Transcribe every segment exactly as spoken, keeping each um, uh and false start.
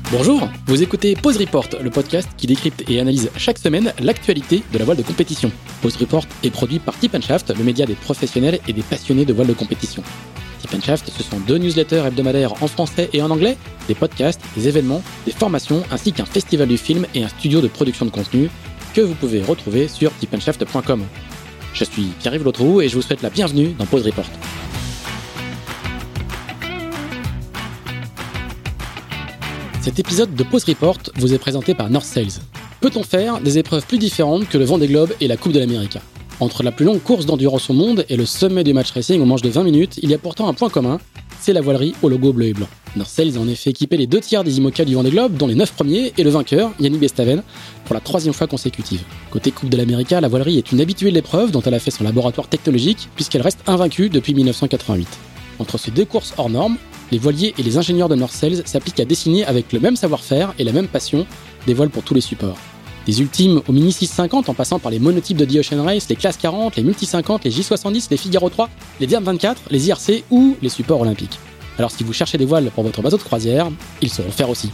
Bonjour, vous écoutez Pause Report, le podcast qui décrypte et analyse chaque semaine l'actualité de la voile de compétition. Pause Report est produit par Tip and Shaft, le média des professionnels et des passionnés de voile de compétition. Tip and Shaft, ce sont deux newsletters hebdomadaires en français et en anglais, des podcasts, des événements, des formations, ainsi qu'un festival du film et un studio de production de contenu que vous pouvez retrouver sur tip and shaft point com. Je suis Pierre-Yves Lotrou et je vous souhaite la bienvenue dans Pause Report. Cet épisode de Pause Report vous est présenté par North Sails. Peut-on faire des épreuves plus différentes que le Vendée Globe et la Coupe de l'Amérique ? Entre la plus longue course d'endurance au monde et le sommet du match racing au manche de vingt minutes, il y a pourtant un point commun, c'est la voilerie au logo bleu et blanc. North Sails a en effet équipé les deux tiers des IMOCA du Vendée Globe, dont les neuf premiers, et le vainqueur, Yannick Bestaven, pour la troisième fois consécutive. Côté Coupe de l'Amérique, la voilerie est une habituée de l'épreuve dont elle a fait son laboratoire technologique, puisqu'elle reste invaincue depuis dix-neuf cent quatre-vingt-huit. Entre ces deux courses hors normes, les voiliers et les ingénieurs de North Sails s'appliquent à dessiner avec le même savoir-faire et la même passion des voiles pour tous les supports. Des ultimes au Mini six cent cinquante en passant par les monotypes de The Ocean Race, les Classe quarante, les Multi cinquante, les J soixante-dix, les Figaro trois, les Derm vingt-quatre, les I R C ou les supports olympiques. Alors si vous cherchez des voiles pour votre bateau de croisière, ils sauront faire aussi.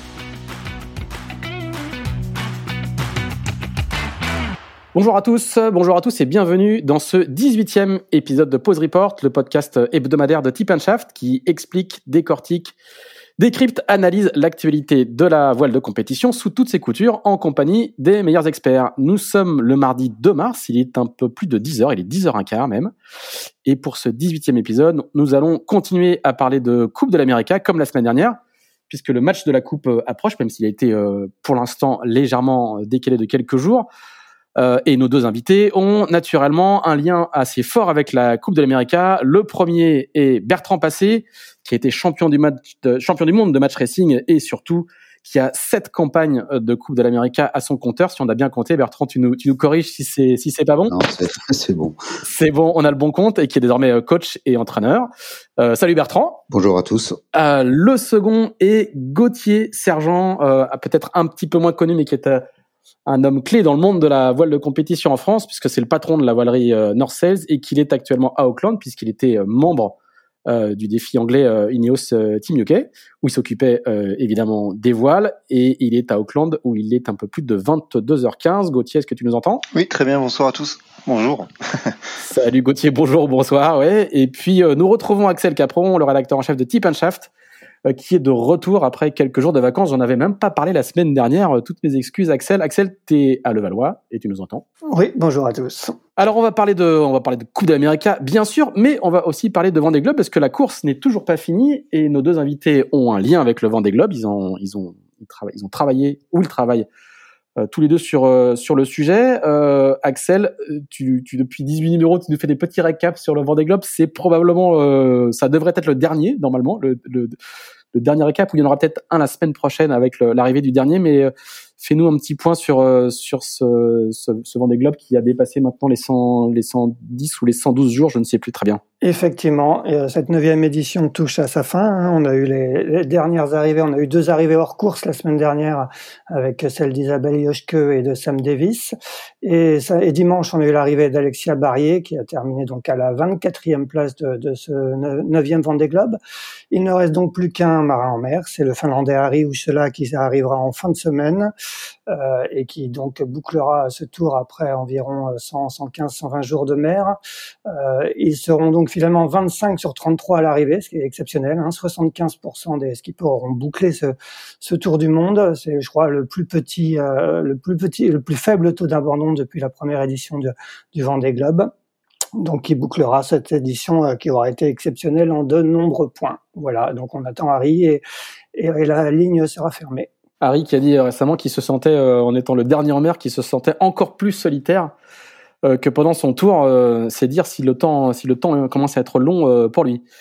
Bonjour à tous, bonjour à tous et bienvenue dans ce dix-huitième épisode de Pause Report, le podcast hebdomadaire de Tip and Shaft qui explique, décortique, décrypte, analyse l'actualité de la voile de compétition sous toutes ses coutures en compagnie des meilleurs experts. Nous sommes le mardi deux mars, il est un peu plus de dix heures, il est dix heures quinze même. Et pour ce dix-huitième épisode, nous allons continuer à parler de Coupe de l'Amérique comme la semaine dernière, puisque le match de la Coupe approche, même s'il a été euh, pour l'instant légèrement décalé de quelques jours. Euh, et nos deux invités ont naturellement un lien assez fort avec la Coupe de l'Amérique. Le premier est Bertrand Passé, qui a été champion du, match de, champion du monde de match racing et surtout qui a sept campagnes de Coupe de l'Amérique à son compteur. Si on a bien compté, Bertrand, tu nous, tu nous corriges si c'est, si c'est pas bon ? Non, c'est, c'est bon. C'est bon, on a le bon compte et qui est désormais coach et entraîneur. Euh, salut Bertrand. Bonjour à tous. Euh, le second est Gauthier Sergent, euh, peut-être un petit peu moins connu, mais qui est euh, un homme clé dans le monde de la voile de compétition en France, puisque c'est le patron de la voilerie euh, North Sails et qu'il est actuellement à Auckland, puisqu'il était euh, membre euh, du défi anglais euh, Ineos euh, Team U K, où il s'occupait euh, évidemment des voiles, et il est à Auckland, où il est un peu plus de vingt-deux heures quinze. Gauthier, est-ce que tu nous entends ? Oui, très bien, bonsoir à tous. Bonjour. Salut Gauthier, bonjour, bonsoir. Ouais. Et puis euh, nous retrouvons Axel Capron, le rédacteur en chef de Tip and Shaft, qui est de retour après quelques jours de vacances. J'en avais même pas parlé la semaine dernière. Toutes mes excuses, Axel. Axel, t'es à Levallois et tu nous entends. Oui, bonjour à tous. Alors, on va parler de, on va parler de Coupe d'Amérique, bien sûr, mais on va aussi parler de Vendée Globe parce que la course n'est toujours pas finie et nos deux invités ont un lien avec le Vendée Globe. Ils ont, ils ont, ils travaillent, ils ont travaillé ou ils travaillent euh, tous les deux sur euh, sur le sujet. Euh, Axel, tu, tu depuis dix-huit numéros, tu nous fais des petits récaps sur le Vendée Globe. C'est probablement, euh, ça devrait être le dernier normalement, le, le le dernier récap, où il y en aura peut-être un la semaine prochaine avec le, l'arrivée du dernier, mais euh, fais-nous un petit point sur euh, sur ce, ce, ce Vendée Globe qui a dépassé maintenant les cent, les cent dix ou les cent douze jours, je ne sais plus très bien. Effectivement, et cette neuvième édition touche à sa fin. Hein. On a eu les, les dernières arrivées, on a eu deux arrivées hors course la semaine dernière avec celle d'Isabelle Yoshke et de Sam Davis. Et, ça, et dimanche, on a eu l'arrivée d'Alexia Barrier qui a terminé donc à la vingt-quatrième place de, de ce neuvième Vendée Globe. Il ne reste donc plus qu'un marin en mer, c'est le Finlandais Harri Uusela qui arrivera en fin de semaine euh, et qui donc bouclera ce tour après environ cent, cent quinze, cent vingt jours de mer. Euh, ils seront donc finalement vingt-cinq sur trente-trois à l'arrivée, ce qui est exceptionnel. Hein. soixante-quinze pour cent des skippers auront bouclé ce, ce tour du monde. C'est, je crois, le plus petit, euh, le plus petit, le plus faible taux d'abandon depuis la première édition de, du Vendée Globe. Donc, il bouclera cette édition euh, qui aura été exceptionnelle en de nombreux points. Voilà. Donc, on attend Harri et, et, et la ligne sera fermée. Harri qui a dit récemment qu'il se sentait, euh, en étant le dernier en mer, qu'il se sentait encore plus solitaire euh, que pendant son tour. Euh, c'est dire si le temps, si le temps commence à être long euh, pour lui.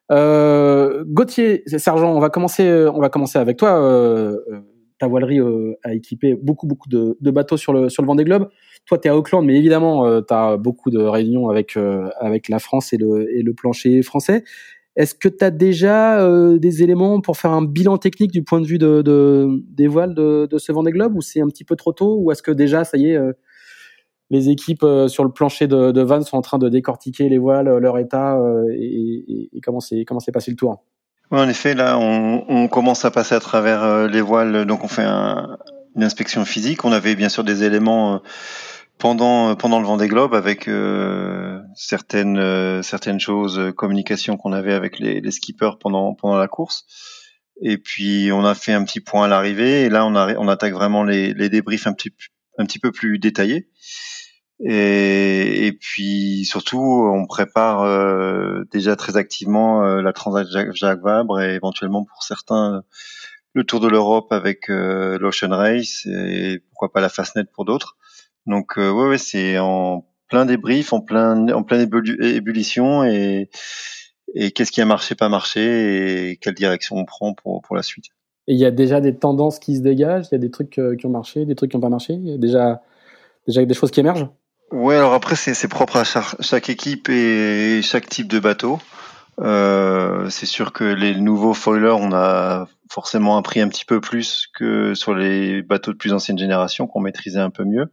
Euh, Gauthier, Sergent, on va commencer, on va commencer avec toi. Euh, ta voilerie euh, a équipé beaucoup, beaucoup de, de bateaux sur le sur le Vendée Globe. Toi, t'es à Auckland, mais évidemment, euh, t'as beaucoup de réunions avec euh, avec la France et le et le plancher français. Est-ce que tu as déjà euh, des éléments pour faire un bilan technique du point de vue de, de, des voiles de, de ce Vendée Globe, ou c'est un petit peu trop tôt, ou est-ce que déjà, ça y est, euh, les équipes euh, sur le plancher de, de Vannes sont en train de décortiquer les voiles, leur état euh, et, et, et comment, c'est, comment s'est passé le tour? Oui, en effet, là, on, on commence à passer à travers euh, les voiles. Donc, on fait un, une inspection physique. On avait bien sûr des éléments euh, pendant pendant le Vendée Globe avec euh, certaines euh, certaines choses, euh, communication qu'on avait avec les, les skippers pendant pendant la course. Et puis, on a fait un petit point à l'arrivée. Et là, on, a, on attaque vraiment les, les débriefs un petit un petit peu plus détaillés. Et, et puis surtout, on prépare euh, déjà très activement euh, la Transat Jacques, Jacques Vabre et éventuellement pour certains le Tour de l'Europe avec euh, l'Ocean Race et pourquoi pas la Fastnet pour d'autres. Donc euh, ouais, ouais, c'est en plein débrief, en plein en pleine ébulli- ébullition et et qu'est-ce qui a marché, pas marché et quelle direction on prend pour pour la suite. Et il y a déjà des tendances qui se dégagent, il y a des trucs euh, qui ont marché, des trucs qui n'ont pas marché, il y a déjà déjà des choses qui émergent. Ouais, alors après c'est c'est propre à chaque, chaque équipe et chaque type de bateau. Euh, c'est sûr que les nouveaux foilers, on a forcément appris un petit peu plus que sur les bateaux de plus ancienne génération qu'on maîtrisait un peu mieux.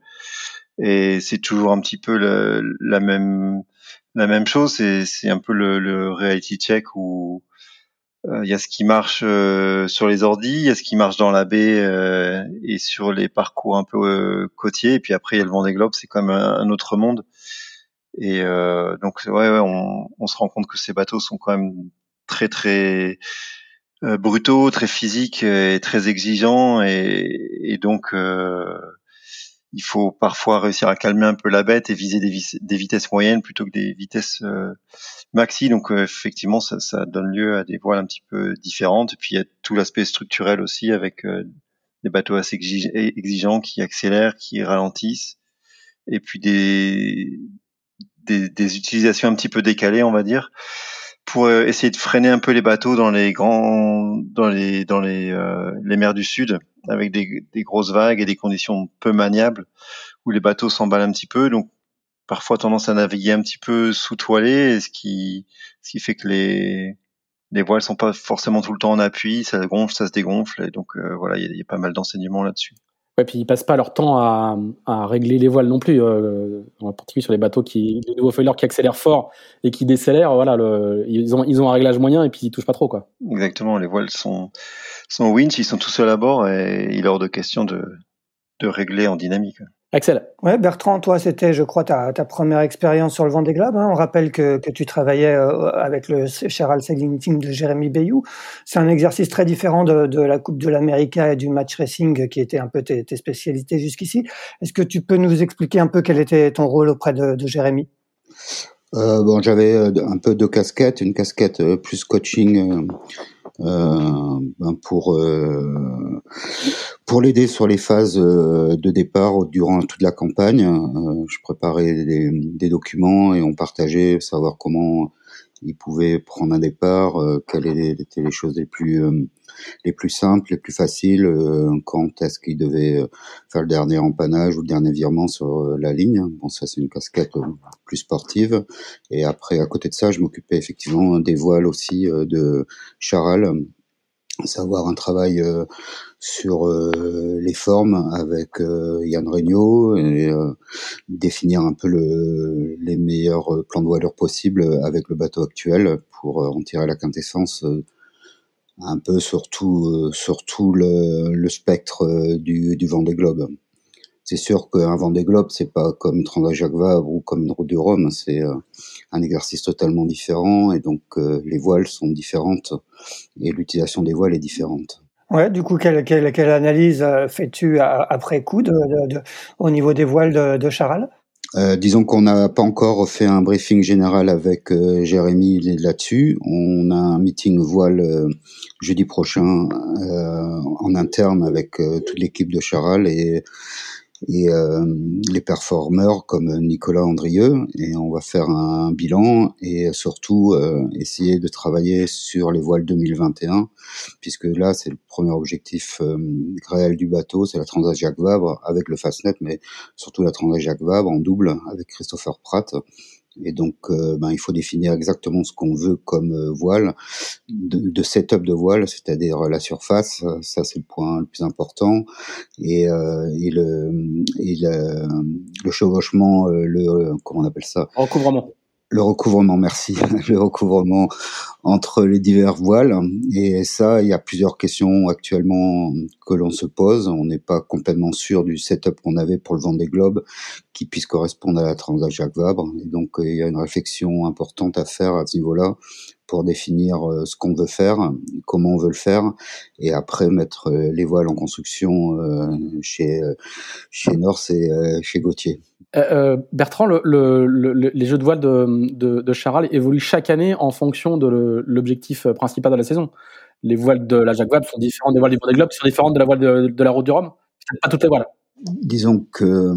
Et c'est toujours un petit peu le, la même la même chose. C'est c'est un peu le, le reality check où il euh, y a ce qui marche euh, sur les ordis, il y a ce qui marche dans la baie euh, et sur les parcours un peu euh, côtiers. Et puis après, il y a le Vendée Globe, c'est quand même un, un autre monde. Et euh, donc ouais, ouais on, on se rend compte que ces bateaux sont quand même très très euh, brutaux, très physiques et très exigeants et, et donc euh, il faut parfois réussir à calmer un peu la bête et viser des, vis- des vitesses moyennes plutôt que des vitesses euh, maxi. Donc euh, effectivement, ça, ça donne lieu à des voiles un petit peu différentes. Et puis il y a tout l'aspect structurel aussi avec euh, des bateaux assez exig- exigeants qui accélèrent, qui ralentissent, et puis des, des, des utilisations un petit peu décalées, on va dire, pour euh, essayer de freiner un peu les bateaux dans les grands, dans les, dans les, euh, les mers du Sud, avec des, des grosses vagues et des conditions peu maniables, où les bateaux s'emballent un petit peu, donc parfois tendance à naviguer un petit peu sous-toilé, ce qui, ce qui fait que les, les voiles sont pas forcément tout le temps en appui, ça gonfle, ça se dégonfle, et donc euh, voilà, il y, y, a pas mal d'enseignements là-dessus. Ouais, puis ils passent pas leur temps à, à régler les voiles non plus, euh, en particulier sur les bateaux qui, les nouveaux foilers qui accélèrent fort et qui décélèrent. Voilà, le, ils ont ils ont un réglage moyen et puis ils touchent pas trop quoi. Exactement, les voiles sont sont winch, ils sont tout seuls à bord et il est hors de question de de régler en dynamique. Axel. Ouais, Bertrand, toi, c'était, je crois, ta, ta première expérience sur le Vendée Globe. Hein. On rappelle que, que tu travaillais euh, avec le Charal Sailing Team de Jérémy Bayou. C'est un exercice très différent de, de la Coupe de l'América et du match racing qui était un peu tes, tes spécialités jusqu'ici. Est-ce que tu peux nous expliquer un peu quel était ton rôle auprès de, de Jérémy ? Euh, bon, j'avais un peu deux casquettes, une casquette euh, plus coaching euh, euh, ben pour euh, pour l'aider sur les phases euh, de départ durant toute la campagne. Euh, je préparais des, des documents et on partageait savoir comment il pouvait prendre un départ, euh, quelles étaient les choses les plus euh, les plus simples, les plus faciles, euh, quand est-ce qu'il devait euh, faire le dernier empannage ou le dernier virement sur euh, la ligne. Bon, ça c'est une casquette euh, plus sportive. Et après, à côté de ça, je m'occupais effectivement des voiles aussi euh, de Charal, savoir un travail euh, sur euh, les formes avec euh, Yann Regnault et euh, définir un peu le, les meilleurs plans de voilure possibles avec le bateau actuel pour euh, en tirer la quintessence euh, un peu sur tout, euh, sur tout le, le spectre euh, du, du Vendée Globe. C'est sûr qu'un Vendée Globe, c'est pas comme une Transat Jacques Vabre ou comme une Route du Rhum, c'est euh, un exercice totalement différent et donc euh, les voiles sont différentes et l'utilisation des voiles est différente. Ouais, du coup, quelle, quelle, quelle analyse fais-tu après coup de, de, de, au niveau des voiles de, de Charal ? Euh, disons qu'on n'a pas encore fait un briefing général avec euh, Jérémy là-dessus. On a un meeting voile euh, jeudi prochain euh, en interne avec euh, toute l'équipe de Charal et, et euh, les performeurs comme Nicolas Andrieux. Et on va faire un bilan et surtout euh, essayer de travailler sur les voiles deux mille vingt et un, puisque là, c'est le premier objectif euh, réel du bateau, c'est la Transat Jacques Vabre avec le Fastnet, mais surtout la Transat Jacques Vabre en double avec Christopher Pratt. Et donc, euh, ben, il faut définir exactement ce qu'on veut comme euh, voile, de, de setup de voile, c'est-à-dire la surface, ça c'est le point le plus important, et, euh, et le, et le, le chevauchement, le comment on appelle ça ? Recouvrement. Le recouvrement, merci. Le recouvrement entre les divers voiles. Et ça, il y a plusieurs questions actuellement que l'on se pose. On n'est pas complètement sûr du setup qu'on avait pour le Vendée Globe qui puisse correspondre à la Transat Jacques Vabre. Et donc, il y a une réflexion importante à faire à ce niveau-là pour définir ce qu'on veut faire, comment on veut le faire, et après mettre les voiles en construction chez, chez Norse et chez Gauthier. Euh, Bertrand, le, le, le, les jeux de voile de, de, de Charal évoluent chaque année en fonction de le, l'objectif principal de la saison. Les voiles de la Jacques Vabre sont différentes des voiles du Vendée Globe, sont différentes de la voile de, de la Route du Rhum. Peut-être pas toutes les voiles. Disons que euh,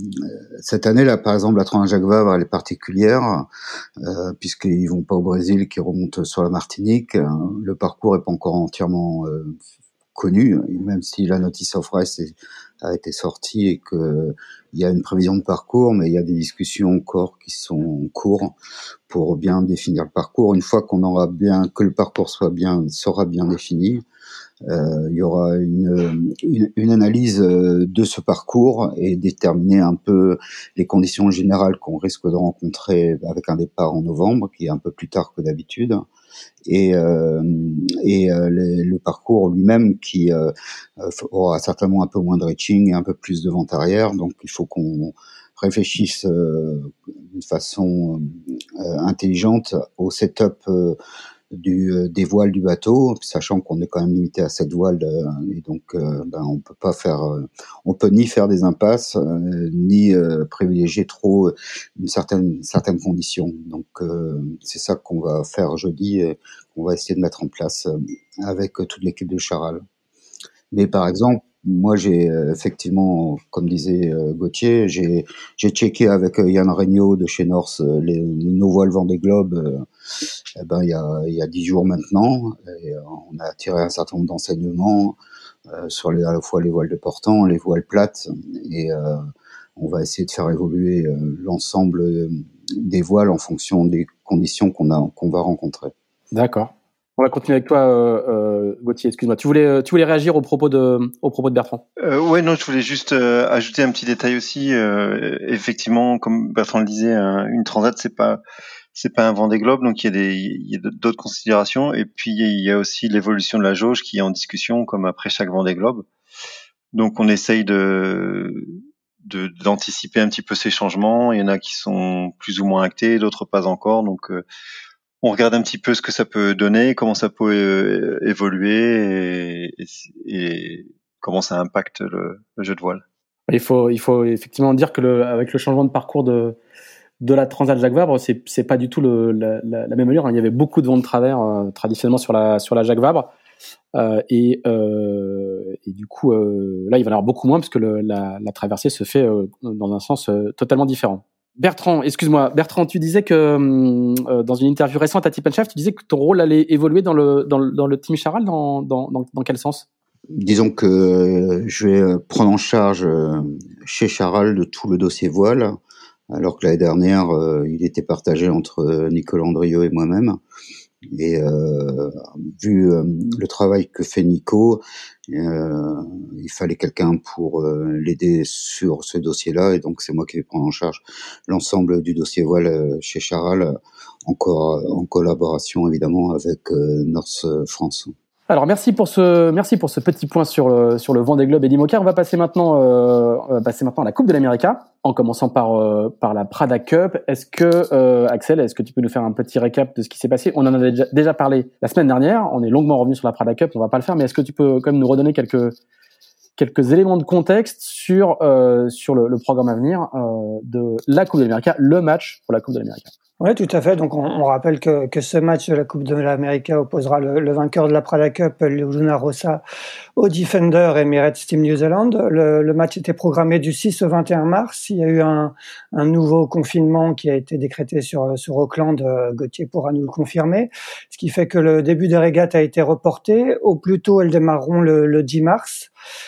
cette année-là, par exemple, la Transat Jacques Vabre, elle est particulière euh, puisqu'ils vont pas au Brésil, qu'ils remontent sur la Martinique. Le parcours est pas encore entièrement euh, connu, même si la notice of race a été sortie et que il y a une prévision de parcours, mais il y a des discussions encore qui sont en cours pour bien définir le parcours. Une fois qu'on aura bien, que le parcours soit bien, sera bien défini, euh, il y aura une, une, une analyse de ce parcours et déterminer un peu les conditions générales qu'on risque de rencontrer avec un départ en novembre, qui est un peu plus tard que d'habitude. Et, euh, et euh, le, le parcours lui-même qui euh, aura certainement un peu moins de reaching et un peu plus de vente arrière. Donc il faut qu'on réfléchisse euh, d'une façon euh, intelligente au setup euh, du, euh, des voiles du bateau, sachant qu'on est quand même limité à sept voiles euh, et donc euh, ben, on peut pas faire, euh, on peut ni faire des impasses euh, ni euh, privilégier trop une certaine certaines conditions. Donc euh, c'est ça qu'on va faire jeudi, et qu'on va essayer de mettre en place euh, avec euh, toute l'équipe de Charal. Mais par exemple, moi j'ai euh, effectivement, comme disait euh, Gauthier, j'ai j'ai checké avec euh, Yann Regnault de chez Norse euh, les nos voiles Vendée Globe. Euh, eh ben il y a il y a dix jours maintenant, et, euh, on a tiré un certain nombre d'enseignements euh, sur les, à la fois les voiles de portant, les voiles plates, et euh, on va essayer de faire évoluer euh, l'ensemble des voiles en fonction des conditions qu'on a qu'on va rencontrer. D'accord. On va continuer avec toi, euh, euh, Gauthier. Excuse-moi. Tu voulais, tu voulais réagir au propos de, au propos de Bertrand. Euh, ouais, non, je voulais juste euh, ajouter un petit détail aussi. Euh, effectivement, comme Bertrand le disait, un, une transat, c'est pas, c'est pas un Vendée Globe, donc il y a des, il y a d'autres considérations. Et puis il y a aussi l'évolution de la jauge qui est en discussion, comme après chaque Vendée Globe. Donc on essaye de, de d'anticiper un petit peu ces changements. Il y en a qui sont plus ou moins actés, d'autres pas encore. Donc euh, on regarde un petit peu ce que ça peut donner, comment ça peut euh, évoluer et, et, et comment ça impacte le, le jeu de voile. Il faut, il faut effectivement dire que le, avec le changement de parcours de, de la Transat Jacques Vabre, c'est, c'est pas du tout le, la, la, la même allure. Il y avait beaucoup de vent de travers euh, traditionnellement sur la, sur la Jacques Vabre. Euh, et, euh, et du coup, euh, là, il va y en avoir beaucoup moins parce que le, la, la traversée se fait euh, dans un sens euh, totalement différent. Bertrand, excuse-moi, Bertrand, tu disais que euh, dans une interview récente à Tip and Shaft, tu disais que ton rôle allait évoluer dans le dans le, dans le team Charal, dans, dans dans dans quel sens? Disons que je vais prendre en charge chez Charal de tout le dossier voile, alors que l'année dernière, il était partagé entre Nicolas Andrieux et moi-même. Et euh, vu euh, le travail que fait Nico, euh, il fallait quelqu'un pour euh, l'aider sur ce dossier-là, et donc c'est moi qui vais prendre en charge l'ensemble du dossier voile chez Charal, encore en collaboration évidemment avec euh, Norse France. Alors merci pour ce merci pour ce petit point sur le sur le Vendée Globe et l'IMOCA. On va passer maintenant euh, on va passer maintenant à la Coupe de l'Amérique, en commençant par euh, par la Prada Cup. Est-ce que euh, Axel, est-ce que tu peux nous faire un petit récap de ce qui s'est passé? On en a déjà, déjà parlé la semaine dernière. On est longuement revenu sur la Prada Cup. On va pas le faire, mais est-ce que tu peux quand même nous redonner quelques quelques éléments de contexte sur euh, sur le, le programme à venir euh, de la Coupe de l'Amérique, le match pour la Coupe de l'Amérique? Oui, tout à fait. Donc, on, on rappelle que, que ce match de la Coupe de l'Amérique opposera le, le vainqueur de la Prada Cup, Luna Rossa, au Defender Emirates Team New Zealand. Le, le match était programmé du six au vingt et un mars. Il y a eu un, un nouveau confinement qui a été décrété sur, sur Auckland. Gauthier pourra nous le confirmer. Ce qui fait que le début des régates a été reporté. Au plus tôt, elles démarreront le, le dix mars.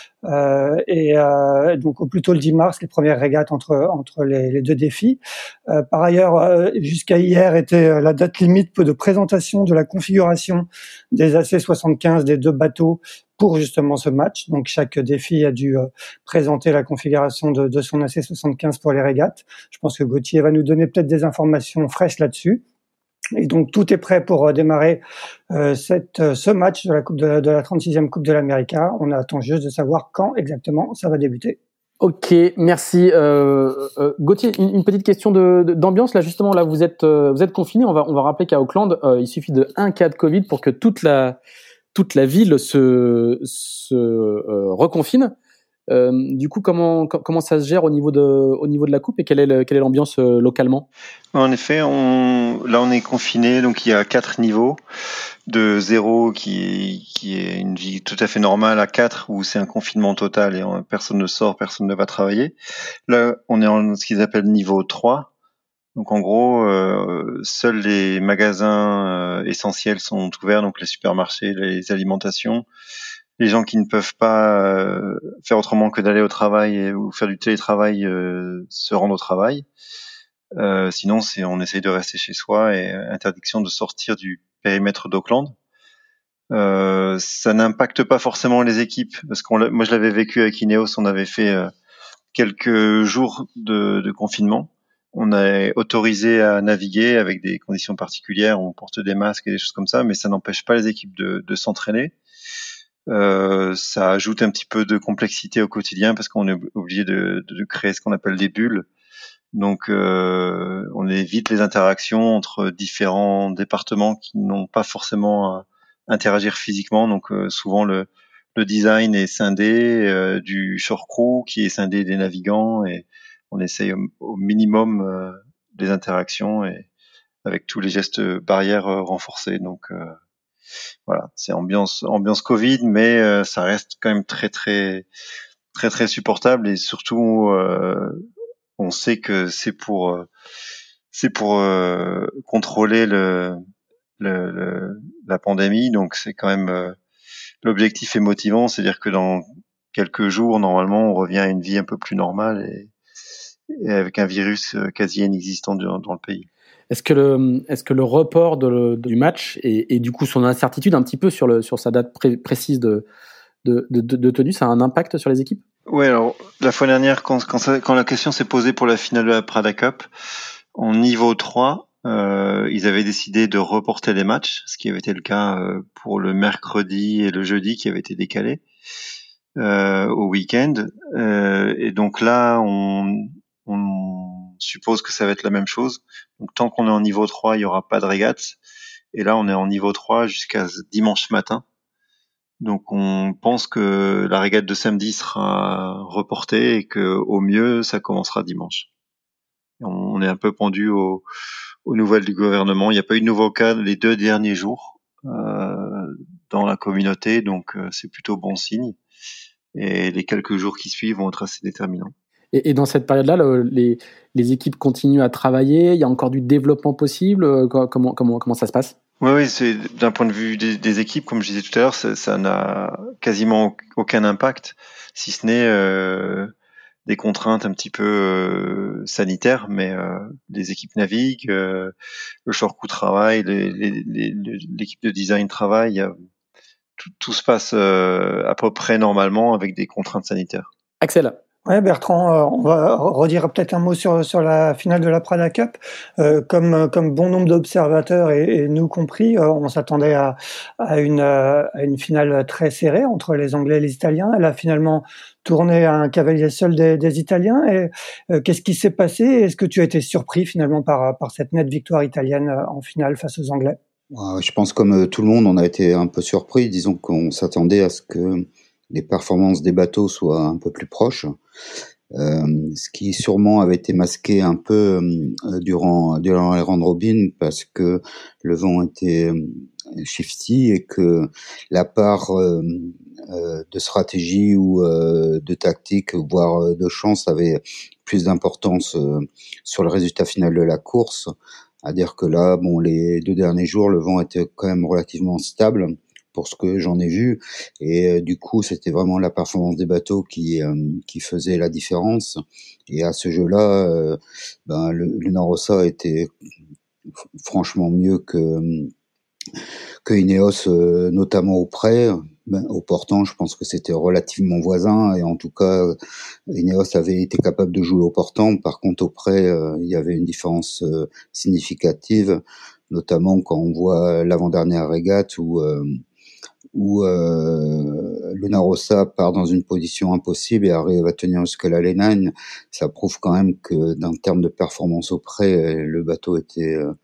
Euh, et donc au plus tôt le dix mars, les premières régates entre entre les, les deux défis. Euh, par ailleurs, euh, jusqu'à hier était la date limite de présentation de la configuration des A C soixante-quinze des deux bateaux pour justement ce match. Donc chaque défi a dû euh, présenter la configuration de, de son A C soixante-quinze pour les régates. Je pense que Gauthier va nous donner peut-être des informations fraîches là-dessus. Et donc tout est prêt pour euh, démarrer euh, cette, euh, ce match de la, coupe de, de la trente-sixième Coupe de l'Amérique. On attend juste de savoir quand exactement ça va débuter. Ok, merci. Euh, euh, Gauthier, une, une petite question de, de, d'ambiance. Là, justement, là, vous êtes, euh, vous êtes confiné. On va, on va rappeler qu'à Auckland, euh, il suffit de un cas de Covid pour que toute la, toute la ville se, se euh, reconfine. Euh, du coup, comment, comment ça se gère au niveau de, au niveau de la coupe et quelle est, le, quelle est l'ambiance euh, localement ? En effet, on, là, on est confiné, donc il y a quatre niveaux. De zéro qui, qui est une vie tout à fait normale à quatre où c'est un confinement total et on, personne ne sort, personne ne va travailler. Là, on est en ce qu'ils appellent niveau trois. Donc en gros, euh, seuls les magasins euh, essentiels sont ouverts, donc les supermarchés, les alimentations. Les gens qui ne peuvent pas euh, faire autrement que d'aller au travail et, ou faire du télétravail euh, se rendent au travail. Euh, sinon, c'est on essaye de rester chez soi et interdiction de sortir du périmètre d'Auckland. Euh, ça n'impacte pas forcément les équipes parce qu'on moi je l'avais vécu avec Ineos, on avait fait euh, quelques jours de, de confinement. On est autorisé à naviguer avec des conditions particulières, on porte des masques et des choses comme ça, mais ça n'empêche pas les équipes de, de s'entraîner. Euh, ça ajoute un petit peu de complexité au quotidien parce qu'on est obligé de, de créer ce qu'on appelle des bulles. Donc, euh, on évite les interactions entre différents départements qui n'ont pas forcément à interagir physiquement. Donc, euh, souvent, le, le design est scindé euh, du shore crew qui est scindé des navigants et on essaye au, au minimum euh, des interactions et avec tous les gestes barrières euh, renforcés. Donc, euh, voilà, c'est ambiance ambiance Covid, mais euh, ça reste quand même très très très très supportable et surtout euh, on sait que c'est pour euh, c'est pour euh, contrôler le, le, le la pandémie, donc c'est quand même euh, l'objectif est motivant, c'est-à-dire que dans quelques jours normalement on revient à une vie un peu plus normale et, et avec un virus quasi inexistant dans, dans le pays. Est-ce que le, est-ce que le report de, du match et, et du coup son incertitude un petit peu sur, le, sur sa date pré, précise de, de, de, de tenue, ça a un impact sur les équipes ? Ouais, alors la fois dernière, quand, quand, ça, quand la question s'est posée pour la finale de la Prada Cup, en niveau trois, euh, ils avaient décidé de reporter les matchs, ce qui avait été le cas euh, pour le mercredi et le jeudi qui avaient été décalés euh, au week-end. Euh, et donc là, on, on suppose que ça va être la même chose. Donc tant qu'on est en niveau trois, il y aura pas de régate. Et là, on est en niveau trois jusqu'à dimanche matin. Donc on pense que la régate de samedi sera reportée et que au mieux ça commencera dimanche. On est un peu pendu au, aux nouvelles du gouvernement. Il n'y a pas eu de nouveaux cas les deux derniers jours euh, dans la communauté, donc euh, c'est plutôt bon signe. Et les quelques jours qui suivent vont être assez déterminants. Et, et dans cette période-là, le, les, les équipes continuent à travailler. Il y a encore du développement possible. Comment comment comment ça se passe ? Oui, oui, c'est d'un point de vue des, des équipes, comme je disais tout à l'heure, ça, ça n'a quasiment aucun impact, si ce n'est euh, des contraintes un petit peu euh, sanitaires, mais euh, les équipes naviguent, euh, le shore crew travaille, les, les, les, l'équipe de design travaille, tout, tout se passe euh, à peu près normalement avec des contraintes sanitaires. Axel. Ouais, Bertrand, euh, on va redire peut-être un mot sur sur la finale de la Prada Cup. Euh, comme comme bon nombre d'observateurs et, et nous compris, euh, on s'attendait à à une euh, à une finale très serrée entre les Anglais et les Italiens. Elle a finalement tourné à un cavalier seul des, des Italiens. Et euh, qu'est-ce qui s'est passé ? Est-ce que tu as été surpris finalement par par cette nette victoire italienne en finale face aux Anglais ? Je pense comme tout le monde, on a été un peu surpris. Disons qu'on s'attendait à ce que les performances des bateaux soient un peu plus proches, euh, ce qui sûrement avait été masqué un peu euh, durant durant les round robin parce que le vent était euh, shifty et que la part euh, euh, de stratégie ou euh, de tactique, voire de chance, avait plus d'importance euh, sur le résultat final de la course. À dire que là, bon, les deux derniers jours, le vent était quand même relativement stable pour ce que j'en ai vu, et euh, du coup, c'était vraiment la performance des bateaux qui euh, qui faisait la différence. Et à ce jeu-là, euh, ben, le Luna Rossa était franchement mieux que que Ineos, euh, notamment au près. Ben, au portant, je pense que c'était relativement voisin, et en tout cas, Ineos avait été capable de jouer au portant. Par contre, au près, euh, il y avait une différence euh, significative, notamment quand on voit l'avant-dernière régate où euh, où euh, Luna Rossa part dans une position impossible et arrive à tenir jusqu'à la Lane. Ça prouve quand même que, d'un terme de performance au près, le bateau était euh,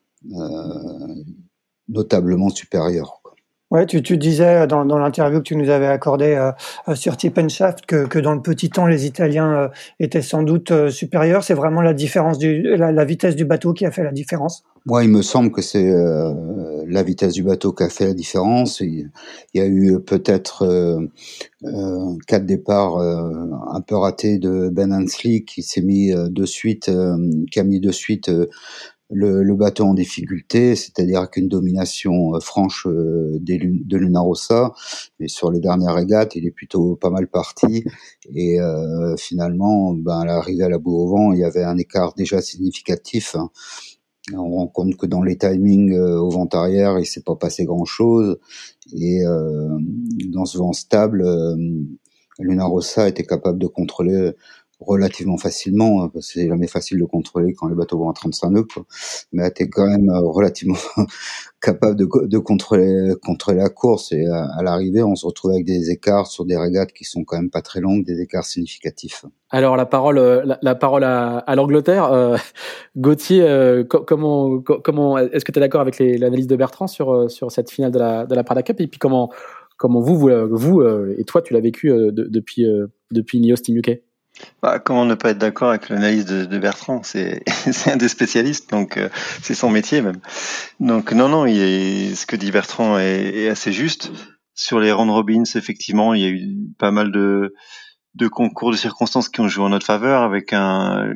euh, notablement supérieur. Ouais, tu, tu disais dans, dans l'interview que tu nous avais accordée euh, sur Tip and Shaft que, que dans le petit temps, les Italiens euh, étaient sans doute euh, supérieurs. C'est vraiment la différence du, la, la vitesse du bateau qui a fait la différence. Moi, il me semble que c'est euh, la vitesse du bateau qui a fait la différence. Il, il y a eu peut-être euh, euh, quatre départs euh, un peu ratés de Ben Ainsley qui s'est mis euh, de suite, euh, qui a mis de suite euh, le, le bateau en difficulté, c'est-à-dire qu'une domination euh, franche euh, des, de Luna Rossa. Mais sur les dernières régates, il est plutôt pas mal parti. Et euh, finalement, ben, à l'arrivée à la boue au vent, il y avait un écart déjà significatif. Hein. On rend compte que dans les timings euh, au vent arrière, il s'est pas passé grand-chose. Et euh, dans ce vent stable, euh, Luna Rossa était capable de contrôler relativement facilement, parce que c'est jamais facile de contrôler quand les bateaux vont à trente-cinq nœuds, quoi. Mais elle était quand même relativement capable de, de contrôler, contrôler la course. Et à, à l'arrivée, on se retrouve avec des écarts sur des régates qui sont quand même pas très longues, des écarts significatifs. Alors la parole, la, la parole à, à l'Angleterre. Euh, Gauthier, euh, co- comment, co- comment, est-ce que tu es d'accord avec les, l'analyse de Bertrand sur sur cette finale de la de la Prada Cup, et puis comment comment vous vous, vous euh, et toi tu l'as vécu euh, de, depuis euh, depuis Ineos Team U K? Bah, comment ne pas être d'accord avec l'analyse de, de Bertrand? C'est, c'est un des spécialistes, donc euh, c'est son métier même. Donc non, non, il est, ce que dit Bertrand est, est assez juste. Sur les round robins, effectivement, il y a eu pas mal de, de concours de circonstances qui ont joué en notre faveur, avec un,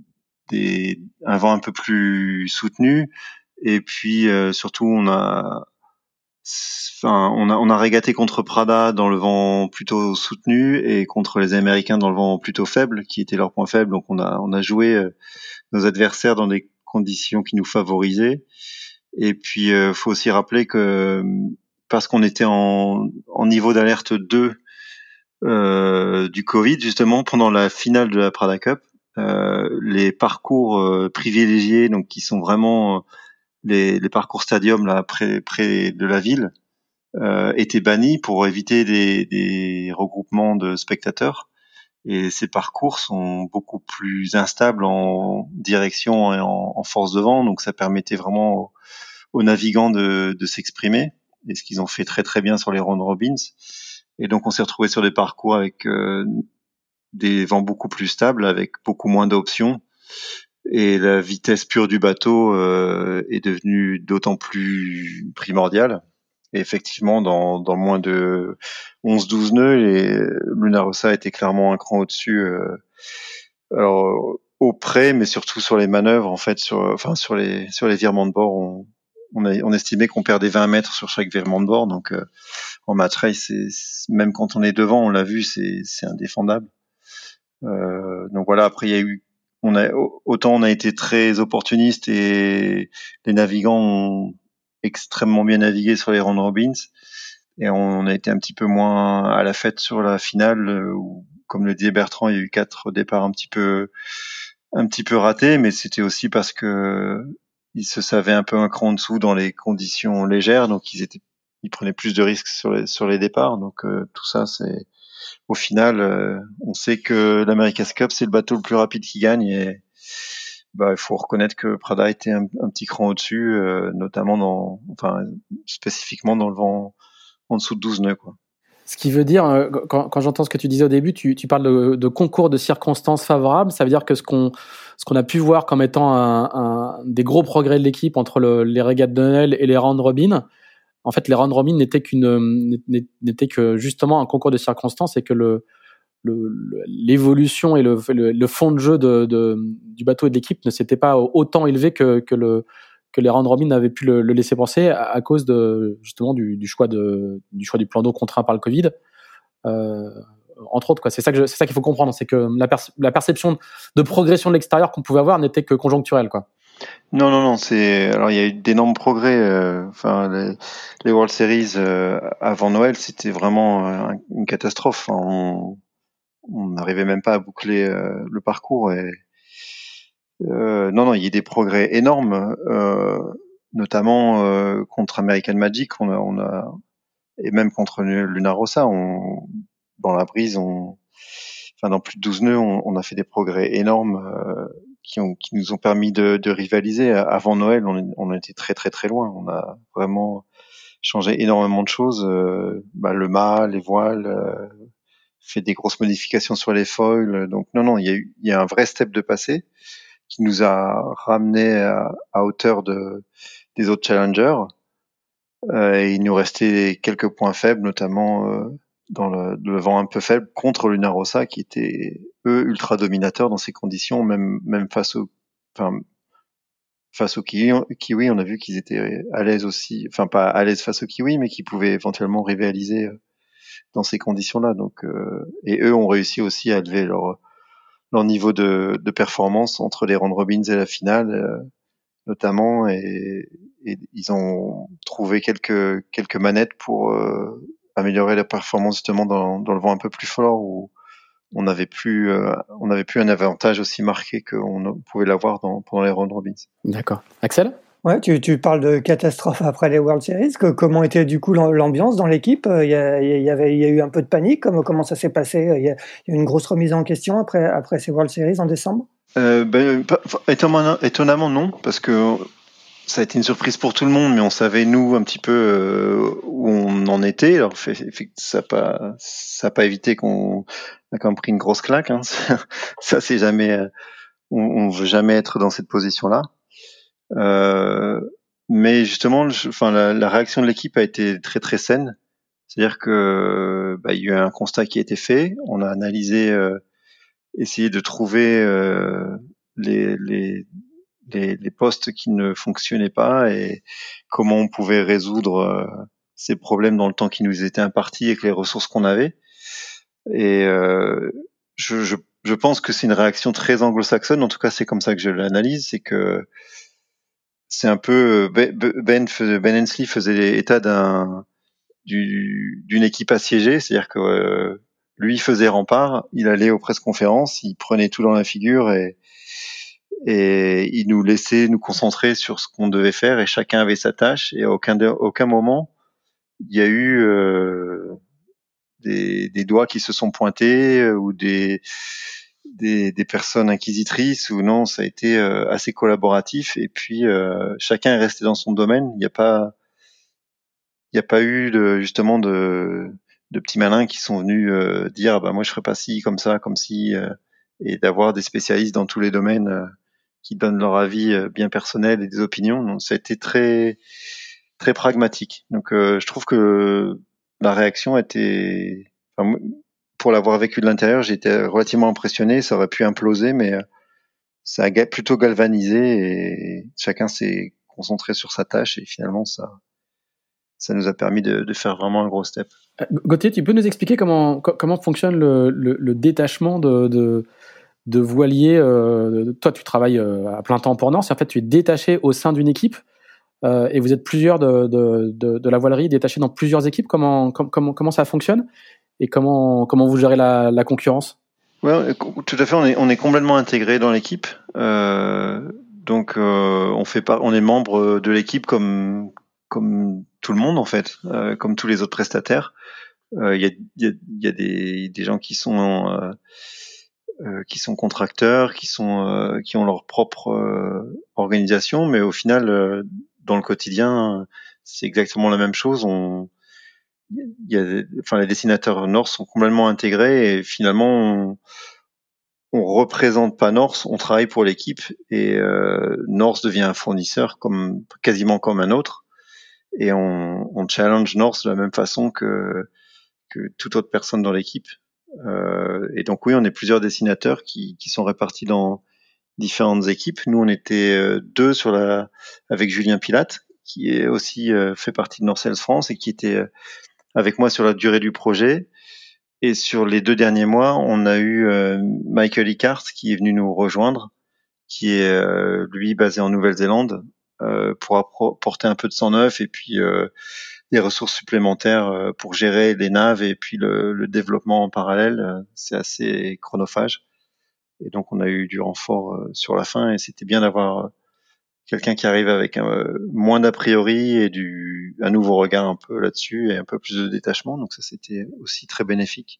des, un vent un peu plus soutenu, et puis euh, surtout on a Enfin, on a, on a régaté contre Prada dans le vent plutôt soutenu et contre les Américains dans le vent plutôt faible, qui était leur point faible. Donc on a, on a joué euh, nos adversaires dans des conditions qui nous favorisaient. Et puis, euh, faut aussi rappeler que parce qu'on était en, en niveau d'alerte deux euh, du Covid, justement, pendant la finale de la Prada Cup, euh, les parcours euh, privilégiés, donc qui sont vraiment les, les parcours stadium là près, près de la ville, Euh, étaient bannis pour éviter des, des regroupements de spectateurs. Et ces parcours sont beaucoup plus instables en direction et en, en force de vent, donc ça permettait vraiment aux, aux navigants de, de s'exprimer, et ce qu'ils ont fait très très bien sur les round robins. Et donc on s'est retrouvé sur des parcours avec euh, des vents beaucoup plus stables, avec beaucoup moins d'options, et la vitesse pure du bateau euh, est devenue d'autant plus primordiale. Et effectivement, dans, dans moins de onze douze nœuds, les, Luna Rossa était clairement un cran au-dessus. Euh, alors au près, mais surtout sur les manœuvres, en fait, sur, enfin sur les sur les virements de bord, on, on, a, on estimait qu'on perdait vingt mètres sur chaque virement de bord. Donc euh, en match race, c'est, même quand on est devant, on l'a vu, c'est, c'est indéfendable. Euh, donc voilà. Après, il y a eu, on a autant on a été très opportuniste et les navigants ont extrêmement bien navigué sur les round robins, et on a été un petit peu moins à la fête sur la finale où, comme le disait Bertrand, il y a eu quatre départs un petit peu un petit peu ratés, mais c'était aussi parce que ils se savaient un peu un cran en dessous dans les conditions légères, donc ils étaient ils prenaient plus de risques sur les sur les départs. Donc euh, tout ça, c'est au final, euh, on sait que l'America's Cup, c'est le bateau le plus rapide qui gagne, et bah, il faut reconnaître que Prada était un, un petit cran au-dessus, euh, notamment dans, enfin, spécifiquement dans le vent en dessous de douze nœuds, quoi. Ce qui veut dire, euh, quand, quand j'entends ce que tu disais au début, tu, tu parles de, de concours de circonstances favorables. Ça veut dire que ce qu'on, ce qu'on a pu voir comme étant un, un, des gros progrès de l'équipe entre le, les régates de Noël et les round robin, en fait, les round robin n'étaient qu'une, n'étaient que justement un concours de circonstances, et que le, le, l'évolution et le, le, le fond de jeu de, de, du bateau et de l'équipe ne s'était pas autant élevé que, que le, que les round robin avaient pu le, le laisser penser, à, à cause de justement du, du choix de du choix du plan d'eau contraint par le Covid, euh, entre autres, quoi. C'est ça que je, c'est ça qu'il faut comprendre, c'est que la, per, la perception de progression de l'extérieur qu'on pouvait avoir n'était que conjoncturelle, quoi. Non, non, non. C'est alors il y a eu d'énormes progrès. euh, Enfin, les, les World Series euh, avant Noël, c'était vraiment euh, une catastrophe. Enfin, on on n'arrivait même pas à boucler euh, le parcours. Et euh, non, non, il y a des progrès énormes, euh, notamment euh, contre American Magic. On a, on a et même contre Luna Rossa. On dans la brise, on enfin dans plus de douze nœuds, on, on a fait des progrès énormes. Euh, qui, ont, qui nous ont permis de, de rivaliser. Avant Noël, on, on était très très très loin. On a vraiment changé énormément de choses. Euh, bah, le mât, les voiles, euh, fait des grosses modifications sur les foils. Donc non, non, il y a eu, il y a un vrai step de passé qui nous a ramené à, à hauteur de des autres challengers. Euh, et il nous restait quelques points faibles, notamment euh, dans le, le vent un peu faible contre Luna Rossa, qui était eux ultra dominateurs dans ces conditions, même même face au, enfin face aux kiwi, kiwi, on a vu qu'ils étaient à l'aise aussi, enfin pas à l'aise face aux kiwi, mais qu'ils pouvaient éventuellement rivaliser dans ces conditions-là. Donc, euh, et eux ont réussi aussi à élever leur leur niveau de, de performance entre les round robins et la finale, euh, notamment, et, et ils ont trouvé quelques quelques manettes pour euh, améliorer la performance justement dans, dans le vent un peu plus fort où on n'avait plus euh, on n'avait plus un avantage aussi marqué qu'on pouvait l'avoir dans, pendant les round robins. D'accord. Axel ? Ouais, tu, tu parles de catastrophe après les World Series. Que, comment était du coup l'ambiance dans l'équipe? Il y, a, il y avait, il y a eu un peu de panique. Comment, comment ça s'est passé? Il y, a, il y a eu une grosse remise en question après, après ces World Series en décembre? Euh, ben, pas, étonnamment, étonnamment non, parce que ça a été une surprise pour tout le monde, mais on savait nous un petit peu euh, où on en était. Alors fait, fait, ça n'a pas, ça a pas évité qu'on a quand même pris une grosse claque. Hein. Ça c'est jamais, on, on veut jamais être dans cette position-là. Euh, mais justement, je, enfin la, la réaction de l'équipe a été très très saine. C'est-à-dire que bah, il y a eu un constat qui a été fait. On a analysé, euh, essayé de trouver euh, les, les Les, les postes qui ne fonctionnaient pas et comment on pouvait résoudre euh, ces problèmes dans le temps qui nous était imparti avec les ressources qu'on avait. Et euh, je, je, je pense que c'est une réaction très anglo-saxonne, en tout cas c'est comme ça que je l'analyse, c'est que c'est un peu Ben, Ben, Ben Hensley faisait état d'un du, d'une équipe assiégée, c'est-à-dire que euh, lui faisait rempart, il allait aux presse-conférences, il prenait tout dans la figure et et il nous laissait nous concentrer sur ce qu'on devait faire et chacun avait sa tâche et à aucun de, aucun moment il y a eu euh, des, des doigts qui se sont pointés euh, ou des, des des personnes inquisitrices ou non, ça a été euh, assez collaboratif et puis euh, chacun est resté dans son domaine. Il n'y a pas il n'y a pas eu de, justement de de petits malins qui sont venus euh, dire bah moi je ferais pas ci comme ça comme si euh, et d'avoir des spécialistes dans tous les domaines euh, qui donnent leur avis euh, bien personnel et des opinions. Donc ça a été très très pragmatique. Donc euh, je trouve que la réaction était, enfin, pour l'avoir vécu de l'intérieur, j'ai été relativement impressionné. Ça aurait pu imploser, mais euh, ça a plutôt galvanisé et chacun s'est concentré sur sa tâche et finalement ça ça nous a permis de, de faire vraiment un gros step. Gauthier, tu peux nous expliquer comment comment fonctionne le, le, le détachement de, de de voiliers. Euh, toi, tu travailles euh, à plein temps pour Norse. En fait, tu es détaché au sein d'une équipe euh, et vous êtes plusieurs de, de, de, de la voilerie détachés dans plusieurs équipes. Comment, com, comment, comment ça fonctionne et comment, comment vous gérez la, la concurrence? Ouais, tout à fait. On est, on est complètement intégré dans l'équipe. Euh, donc, euh, on fait pas, on est membre de l'équipe comme comme tout le monde en fait, euh, comme tous les autres prestataires. Il euh, y, a, y, a, y a des, des gens qui sont euh, euh, qui sont contracteurs, qui sont euh, qui ont leur propre euh, organisation, mais au final, euh, dans le quotidien, c'est exactement la même chose. On, il y a, enfin, les dessinateurs Norse sont complètement intégrés et finalement, on, on représente pas Norse, on travaille pour l'équipe et euh, Norse devient un fournisseur comme quasiment comme un autre et on, on challenge Norse de la même façon que que toute autre personne dans l'équipe. Euh, et donc oui, on est plusieurs dessinateurs qui, qui sont répartis dans différentes équipes. Nous, on était euh, deux sur la avec Julien Pilate, qui est aussi euh, fait partie de Norcels France et qui était euh, avec moi sur la durée du projet. Et sur les deux derniers mois, on a eu euh, Michael Icart qui est venu nous rejoindre, qui est euh, lui basé en Nouvelle-Zélande, euh, pour apporter un peu de sang neuf et puis euh, des ressources supplémentaires euh, pour gérer les naves et puis le, le développement en parallèle. Euh, c'est assez chronophage. Et donc on a eu du renfort euh, sur la fin et c'était bien d'avoir euh, quelqu'un qui arrive avec un, euh, moins d'a priori et du un nouveau regard un peu là-dessus et un peu plus de détachement. Donc ça c'était aussi très bénéfique.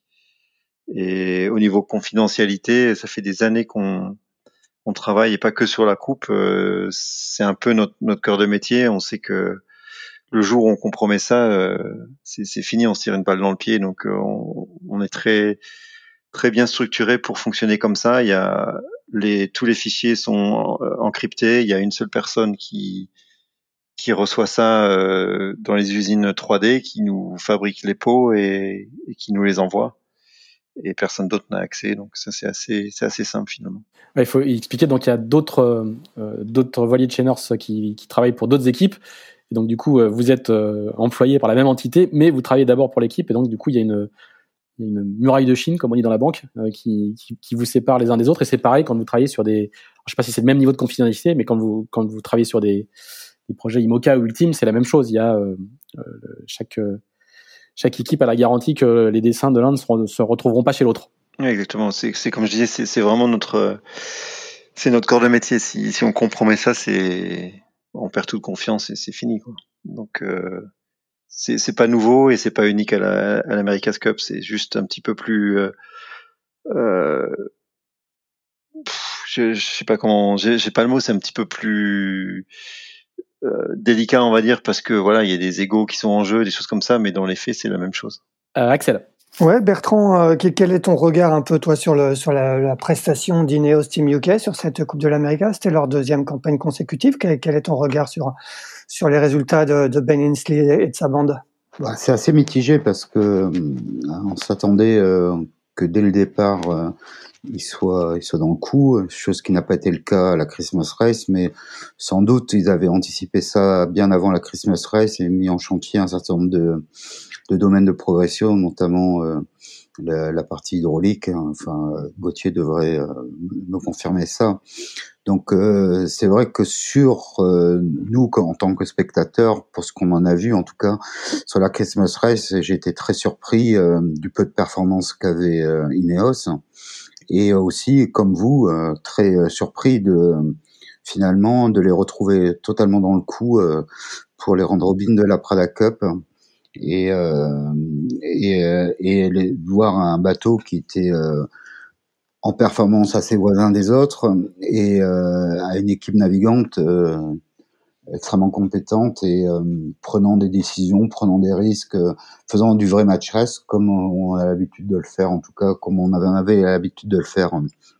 Et au niveau confidentialité, ça fait des années qu'on on travaille et pas que sur la coupe. Euh, c'est un peu notre notre cœur de métier. On sait que le jour où on compromet ça, euh, c'est, c'est fini, on se tire une balle dans le pied. Donc euh, on, on est très très bien structuré pour fonctionner comme ça. Il y a les tous les fichiers sont encryptés. Il y a une seule personne qui qui reçoit ça euh, dans les usines trois D, qui nous fabrique les pots et, et qui nous les envoie. Et personne d'autre n'a accès. Donc ça c'est assez c'est assez simple finalement. Il faut expliquer, donc il y a d'autres euh, d'autres voiliers de chez Norse qui qui travaillent pour d'autres équipes. Et donc du coup, vous êtes euh, employé par la même entité, mais vous travaillez d'abord pour l'équipe. Et donc du coup, il y a une Il y a une muraille de Chine, comme on dit dans la banque, euh, qui, qui, qui vous sépare les uns des autres. Et c'est pareil quand vous travaillez sur des... Je sais pas si c'est le même niveau de confidentialité, mais quand vous, quand vous travaillez sur des, des projets IMOCA ou Ultime, c'est la même chose. Il y a euh, euh, chaque, euh, chaque équipe a la garantie que les dessins de l'un ne se retrouveront pas chez l'autre. Oui, exactement. C'est, c'est comme je disais, c'est, c'est vraiment notre, c'est notre corps de métier. Si, si on compromet ça, c'est, on perd toute confiance et c'est fini, quoi. Donc, euh, c'est, c'est pas nouveau et c'est pas unique à la, à l'America's Cup. C'est juste un petit peu plus, euh, euh, pff, je, je sais pas comment, j'ai, j'ai pas le mot. C'est un petit peu plus euh, délicat, on va dire, parce que voilà, il y a des égos qui sont en jeu, des choses comme ça, mais dans les faits, c'est la même chose. Euh, Axel. Ouais, Bertrand, euh, quel est ton regard un peu, toi, sur, le, sur la, la prestation d'Ineos Team U K sur cette Coupe de l'Amérique? C'était leur deuxième campagne consécutive. Quel, quel est ton regard sur, sur les résultats de, de Ben Ainsley et de sa bande? Bah, c'est assez mitigé parce que euh, on s'attendait euh, que dès le départ euh, ils soient ils soient dans le coup, chose qui n'a pas été le cas à la Christmas Race, mais sans doute ils avaient anticipé ça bien avant la Christmas Race et mis en chantier un certain nombre de de domaines de progression, notamment euh, la, la partie hydraulique. Enfin, Gauthier devrait euh, me confirmer ça. Donc euh, c'est vrai que sur euh, nous en tant que spectateurs, pour ce qu'on en a vu en tout cas sur la Christmas Race, j'ai été très surpris euh, du peu de performance qu'avait euh, Ineos et aussi comme vous euh, très euh, surpris de finalement de les retrouver totalement dans le coup euh, pour les rendre robins de la Prada Cup et euh, et, et les, voir un bateau qui était euh, en performance assez voisin des autres et euh, à une équipe navigante euh, extrêmement compétente et euh, prenant des décisions, prenant des risques, euh, faisant du vrai match race comme on a l'habitude de le faire, en tout cas comme on avait, on avait l'habitude de le faire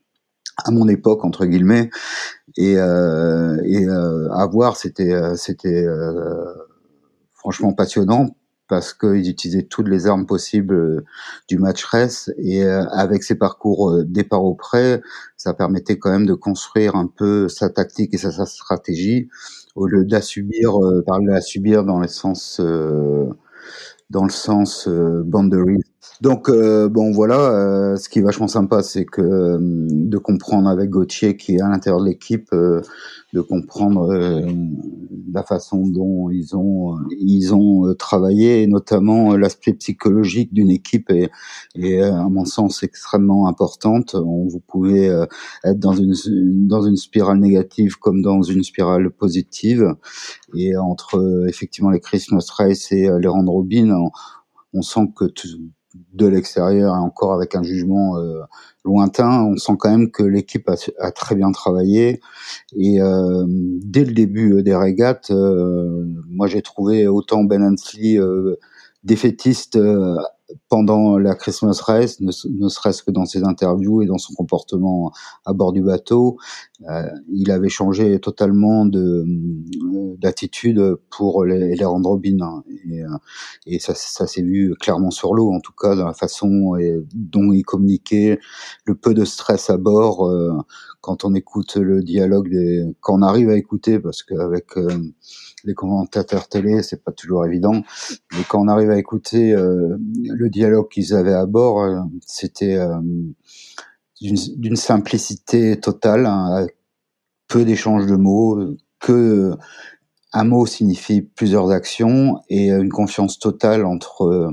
à mon époque entre guillemets. Et, euh, et euh, à voir, c'était c'était euh, franchement passionnant, parce qu'ils utilisaient toutes les armes possibles euh, du match race, et euh, avec ces parcours euh, départ au près, ça permettait quand même de construire un peu sa tactique et sa, sa stratégie, au lieu de la subir, euh, par la subir dans le sens euh, dans le sens euh, boundary. Donc euh, bon voilà, euh, ce qui est vachement sympa, c'est que euh, de comprendre avec Gauthier qui est à l'intérieur de l'équipe, euh, de comprendre euh, la façon dont ils ont ils ont euh, travaillé, et notamment euh, l'aspect psychologique d'une équipe est, est à mon sens extrêmement importante. On, vous pouvez euh, être dans une dans une spirale négative comme dans une spirale positive, et entre euh, effectivement les Christmas Race et euh, les round robin, on, on sent que tout, de l'extérieur et encore avec un jugement euh, lointain, on sent quand même que l'équipe a, a très bien travaillé. Et euh, dès le début des régates, euh, moi j'ai trouvé autant Ben Ainsley euh, défaitiste euh, pendant la Christmas Race, ne, ne serait-ce que dans ses interviews et dans son comportement à bord du bateau. Euh, il avait changé totalement de d'attitude pour les, les round robin, et, et ça, ça s'est vu clairement sur l'eau, en tout cas dans la façon et, dont il communiquait, le peu de stress à bord. Euh, quand on écoute le dialogue, des, quand on arrive à écouter, parce qu'avec euh, les commentateurs télé, c'est pas toujours évident, mais quand on arrive à écouter euh, le dialogue qu'ils avaient à bord, euh, c'était euh, d'une, d'une simplicité totale, hein, peu d'échanges de mots, que un mot signifie plusieurs actions et une confiance totale entre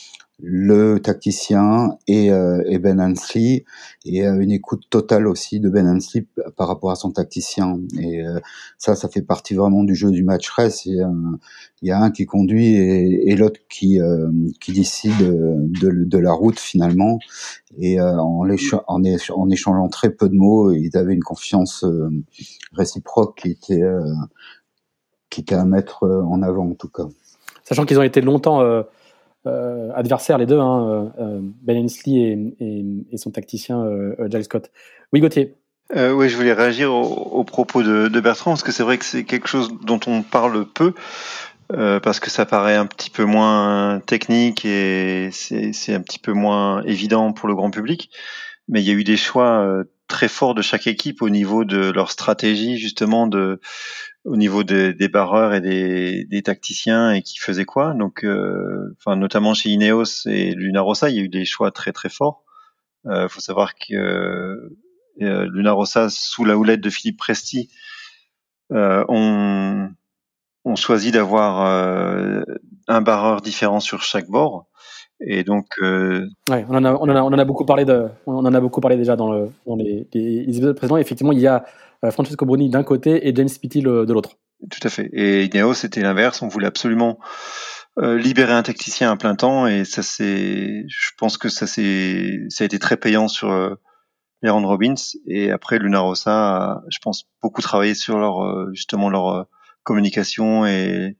le tacticien et, euh, et Ben Ansley, et euh, une écoute totale aussi de Ben Ansley par rapport à son tacticien. Et euh, ça, ça fait partie vraiment du jeu du match race. Il y a un qui conduit et, et l'autre qui euh, qui décide de, de la route finalement. Et euh, en, en, en échangeant très peu de mots, ils avaient une confiance euh, réciproque qui était euh, qui était à mettre en avant en tout cas. Sachant qu'ils ont été longtemps euh... Euh, adversaires les deux, hein, euh, Ben Ansley et, et, et son tacticien euh, Giles Scott. Oui, Gauthier. Euh, oui, je voulais réagir aux au propos de, de Bertrand, parce que c'est vrai que c'est quelque chose dont on parle peu, euh, parce que ça paraît un petit peu moins technique et c'est, c'est un petit peu moins évident pour le grand public. Mais il y a eu des choix euh, très forts de chaque équipe au niveau de leur stratégie, justement, de au niveau de, des barreurs et des, des tacticiens et qui faisaient quoi. Donc, euh, enfin, notamment chez Ineos et Luna Rossa, il y a eu des choix très très forts. Il euh, faut savoir que euh, Luna Rossa, sous la houlette de Philippe Presti, euh, ont, ont choisi d'avoir euh, un barreur différent sur chaque bord. Et donc, euh... ouais, on en a, on en a, on en a beaucoup parlé de, on en a beaucoup parlé déjà dans le, dans les, les, les épisodes précédents. Effectivement, il y a Francesco Bruni d'un côté et James Pitty de l'autre. Tout à fait. Et Ineos, c'était l'inverse. On voulait absolument euh, libérer un tacticien à plein temps, et ça c'est, je pense que ça c'est, ça a été très payant sur euh, les Round Robbins. Et après, Luna Rossa a, je pense, beaucoup travaillé sur leur euh, justement leur euh, communication et,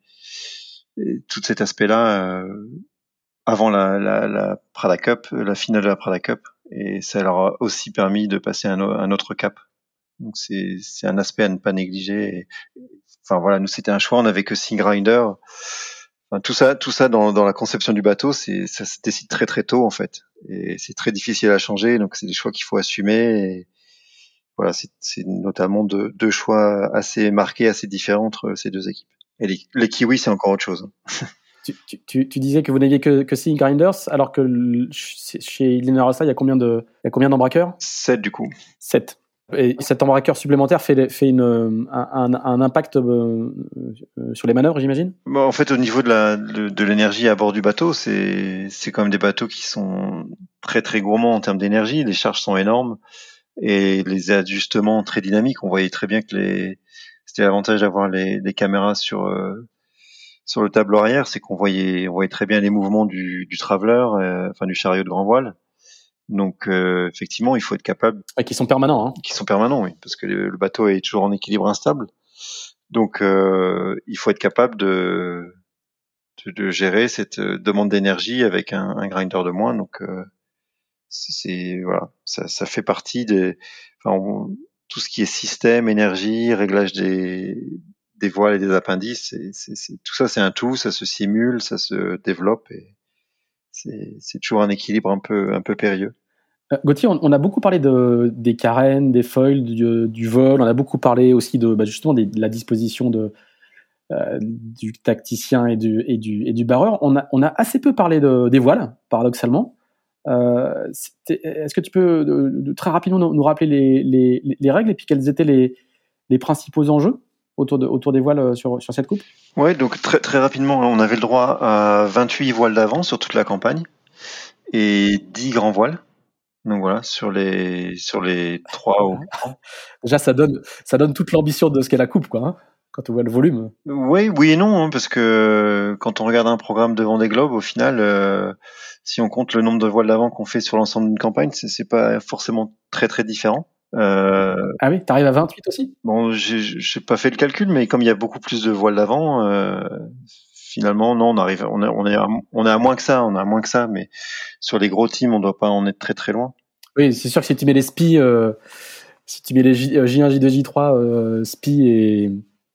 et tout cet aspect-là euh, avant la, la, la Prada Cup, la finale de la Prada Cup, et ça leur a aussi permis de passer un, un autre cap. Donc c'est, c'est un aspect à ne pas négliger. Et, enfin voilà, nous c'était un choix, on n'avait que six grinders. Enfin, tout ça, tout ça dans, dans la conception du bateau, c'est, ça se décide très très tôt en fait, et c'est très difficile à changer. Donc c'est des choix qu'il faut assumer. Et voilà, c'est, c'est notamment deux, deux choix assez marqués, assez différents entre ces deux équipes. Et les, les Kiwis, c'est encore autre chose. Tu, tu, tu disais que vous n'aviez que, que six grinders, alors que le, chez Luna Rossa, il y a combien de, il y a combien d'embraqueurs ? Sept du coup. Sept. Et cet embraqueur supplémentaire fait, fait une, un, un impact euh, sur les manœuvres, j'imagine ? Bon, en fait, au niveau de, la, de, de l'énergie à bord du bateau, c'est, c'est quand même des bateaux qui sont très très gourmands en termes d'énergie. Les charges sont énormes et les ajustements très dynamiques. On voyait très bien que les, c'était l'avantage d'avoir les, les caméras sur euh, sur le tableau arrière, c'est qu'on voyait on voyait très bien les mouvements du, du traveler, euh, enfin du chariot de grand voile. Donc euh, effectivement, il faut être capable. Et qui sont permanents. Hein. Qui sont permanents, oui, parce que le, le bateau est toujours en équilibre instable. Donc euh, il faut être capable de, de, de gérer cette demande d'énergie avec un, un grinder de moins. Donc euh, c'est, c'est voilà, ça, ça fait partie des, enfin, on, tout ce qui est système, énergie, réglage des des voiles et des appendices, c'est, c'est, c'est, tout ça c'est un tout, ça se simule, ça se développe et c'est, c'est toujours un équilibre un peu un peu périlleux. Euh, Gauthier, on, on a beaucoup parlé de, des carènes, des foils, du, du vol. On a beaucoup parlé aussi de, bah justement des, de la disposition de, euh, du tacticien et du, et du, et du barreur. On a, on a assez peu parlé de, des voiles, paradoxalement. Euh, est-ce que tu peux de, de, très rapidement nous, nous rappeler les, les, les règles et puis quels étaient les, les principaux enjeux autour, de, autour des voiles sur, sur cette coupe ? Ouais, donc très, très rapidement, on avait le droit à vingt-huit voiles d'avant sur toute la campagne et dix grands voiles. Donc voilà, sur les sur les trois. Voilà. Déjà, ça donne ça donne toute l'ambition de ce qu'est la coupe, quoi. Hein, quand on voit le volume. Oui, oui et non, hein, parce que quand on regarde un programme de Vendée Globe, au final, euh, si on compte le nombre de voiles d'avant qu'on fait sur l'ensemble d'une campagne, c'est, c'est pas forcément très très différent. Euh, ah oui, t'arrives à vingt-huit aussi ? Bon, j'ai, j'ai pas fait le calcul, mais comme il y a beaucoup plus de voiles d'avant, euh, finalement, non, on arrive, on est, on est, à, on est à moins que ça, on est à moins que ça, mais sur les gros teams, on doit pas en être très très loin. Oui, c'est sûr que si tu mets les spies, euh, si tu mets les J, J un, J deux, J trois, euh, spies et,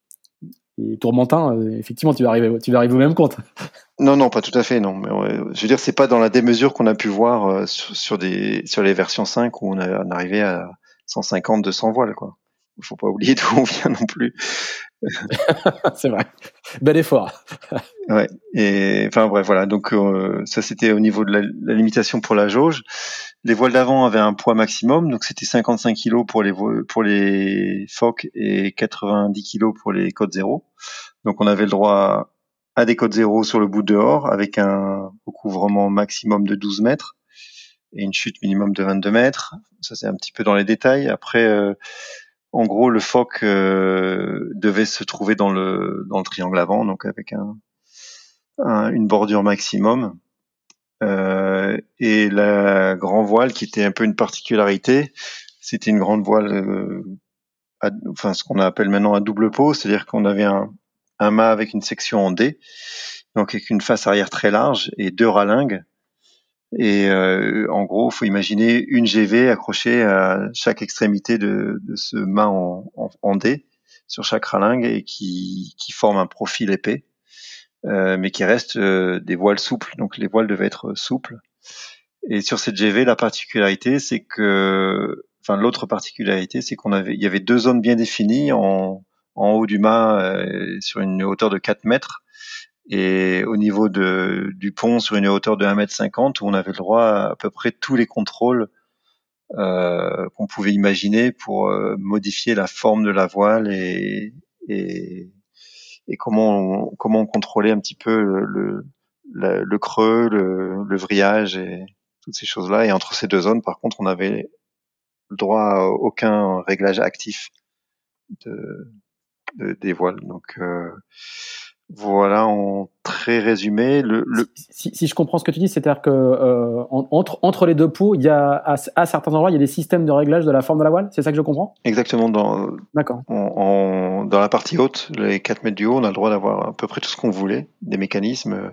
et tourmentin, euh, effectivement, tu vas arriver, tu vas arriver au même compte. Non, non, pas tout à fait, non. Mais ouais, je veux dire, c'est pas dans la démesure qu'on a pu voir euh, sur, sur des, sur les versions cinq où on, a, on arrivait à cent cinquante, deux cents voiles, quoi. Il faut pas oublier d'où on vient non plus. C'est vrai. Bel effort. Ouais. Et enfin bref, voilà. Donc euh, ça c'était au niveau de la, la limitation pour la jauge. Les voiles d'avant avaient un poids maximum, donc c'était cinquante-cinq kilos pour les vo- pour les phoques et quatre-vingt-dix kilos pour les côtes zéro. Donc on avait le droit à des côtes zéro sur le bout dehors avec un recouvrement maximum de douze mètres et une chute minimum de vingt-deux mètres. Ça c'est un petit peu dans les détails. Après, euh, en gros, le phoque euh, devait se trouver dans le dans le triangle avant, donc avec un, un une bordure maximum. Euh, et la grand voile, qui était un peu une particularité, c'était une grande voile, euh, à, enfin ce qu'on appelle maintenant un double pot, c'est-à-dire qu'on avait un, un mât avec une section en D, donc avec une face arrière très large et deux ralingues. Et euh, en gros, faut imaginer une G V accrochée à chaque extrémité de, de ce mât en, en, en D sur chaque ralingue et qui, qui forme un profil épais, euh, mais qui reste euh, des voiles souples. Donc les voiles devaient être souples. Et sur cette G V, la particularité, c'est que, enfin, l'autre particularité, c'est qu'on avait, il y avait deux zones bien définies en, en haut du mât, euh, sur une hauteur de quatre mètres, et au niveau de, du pont, sur une hauteur de un mètre cinquante, où on avait le droit à, à peu près tous les contrôles, euh, qu'on pouvait imaginer pour euh, modifier la forme de la voile et, et, et comment on, comment on contrôlait un petit peu le, le, le, le creux, le, le vrillage et toutes ces choses-là. Et entre ces deux zones, par contre, on avait le droit à aucun réglage actif de, de des voiles. Donc euh, voilà, en très résumé, le, le... Si, si, si je comprends ce que tu dis, c'est-à-dire que euh, en, entre entre les deux pots, il y a à, à certains endroits, il y a des systèmes de réglage de la forme de la voile. C'est ça que je comprends? exactement dans D'accord. en, en, dans la partie haute, les quatre mètres du haut, on a le droit d'avoir à peu près tout ce qu'on voulait, des mécanismes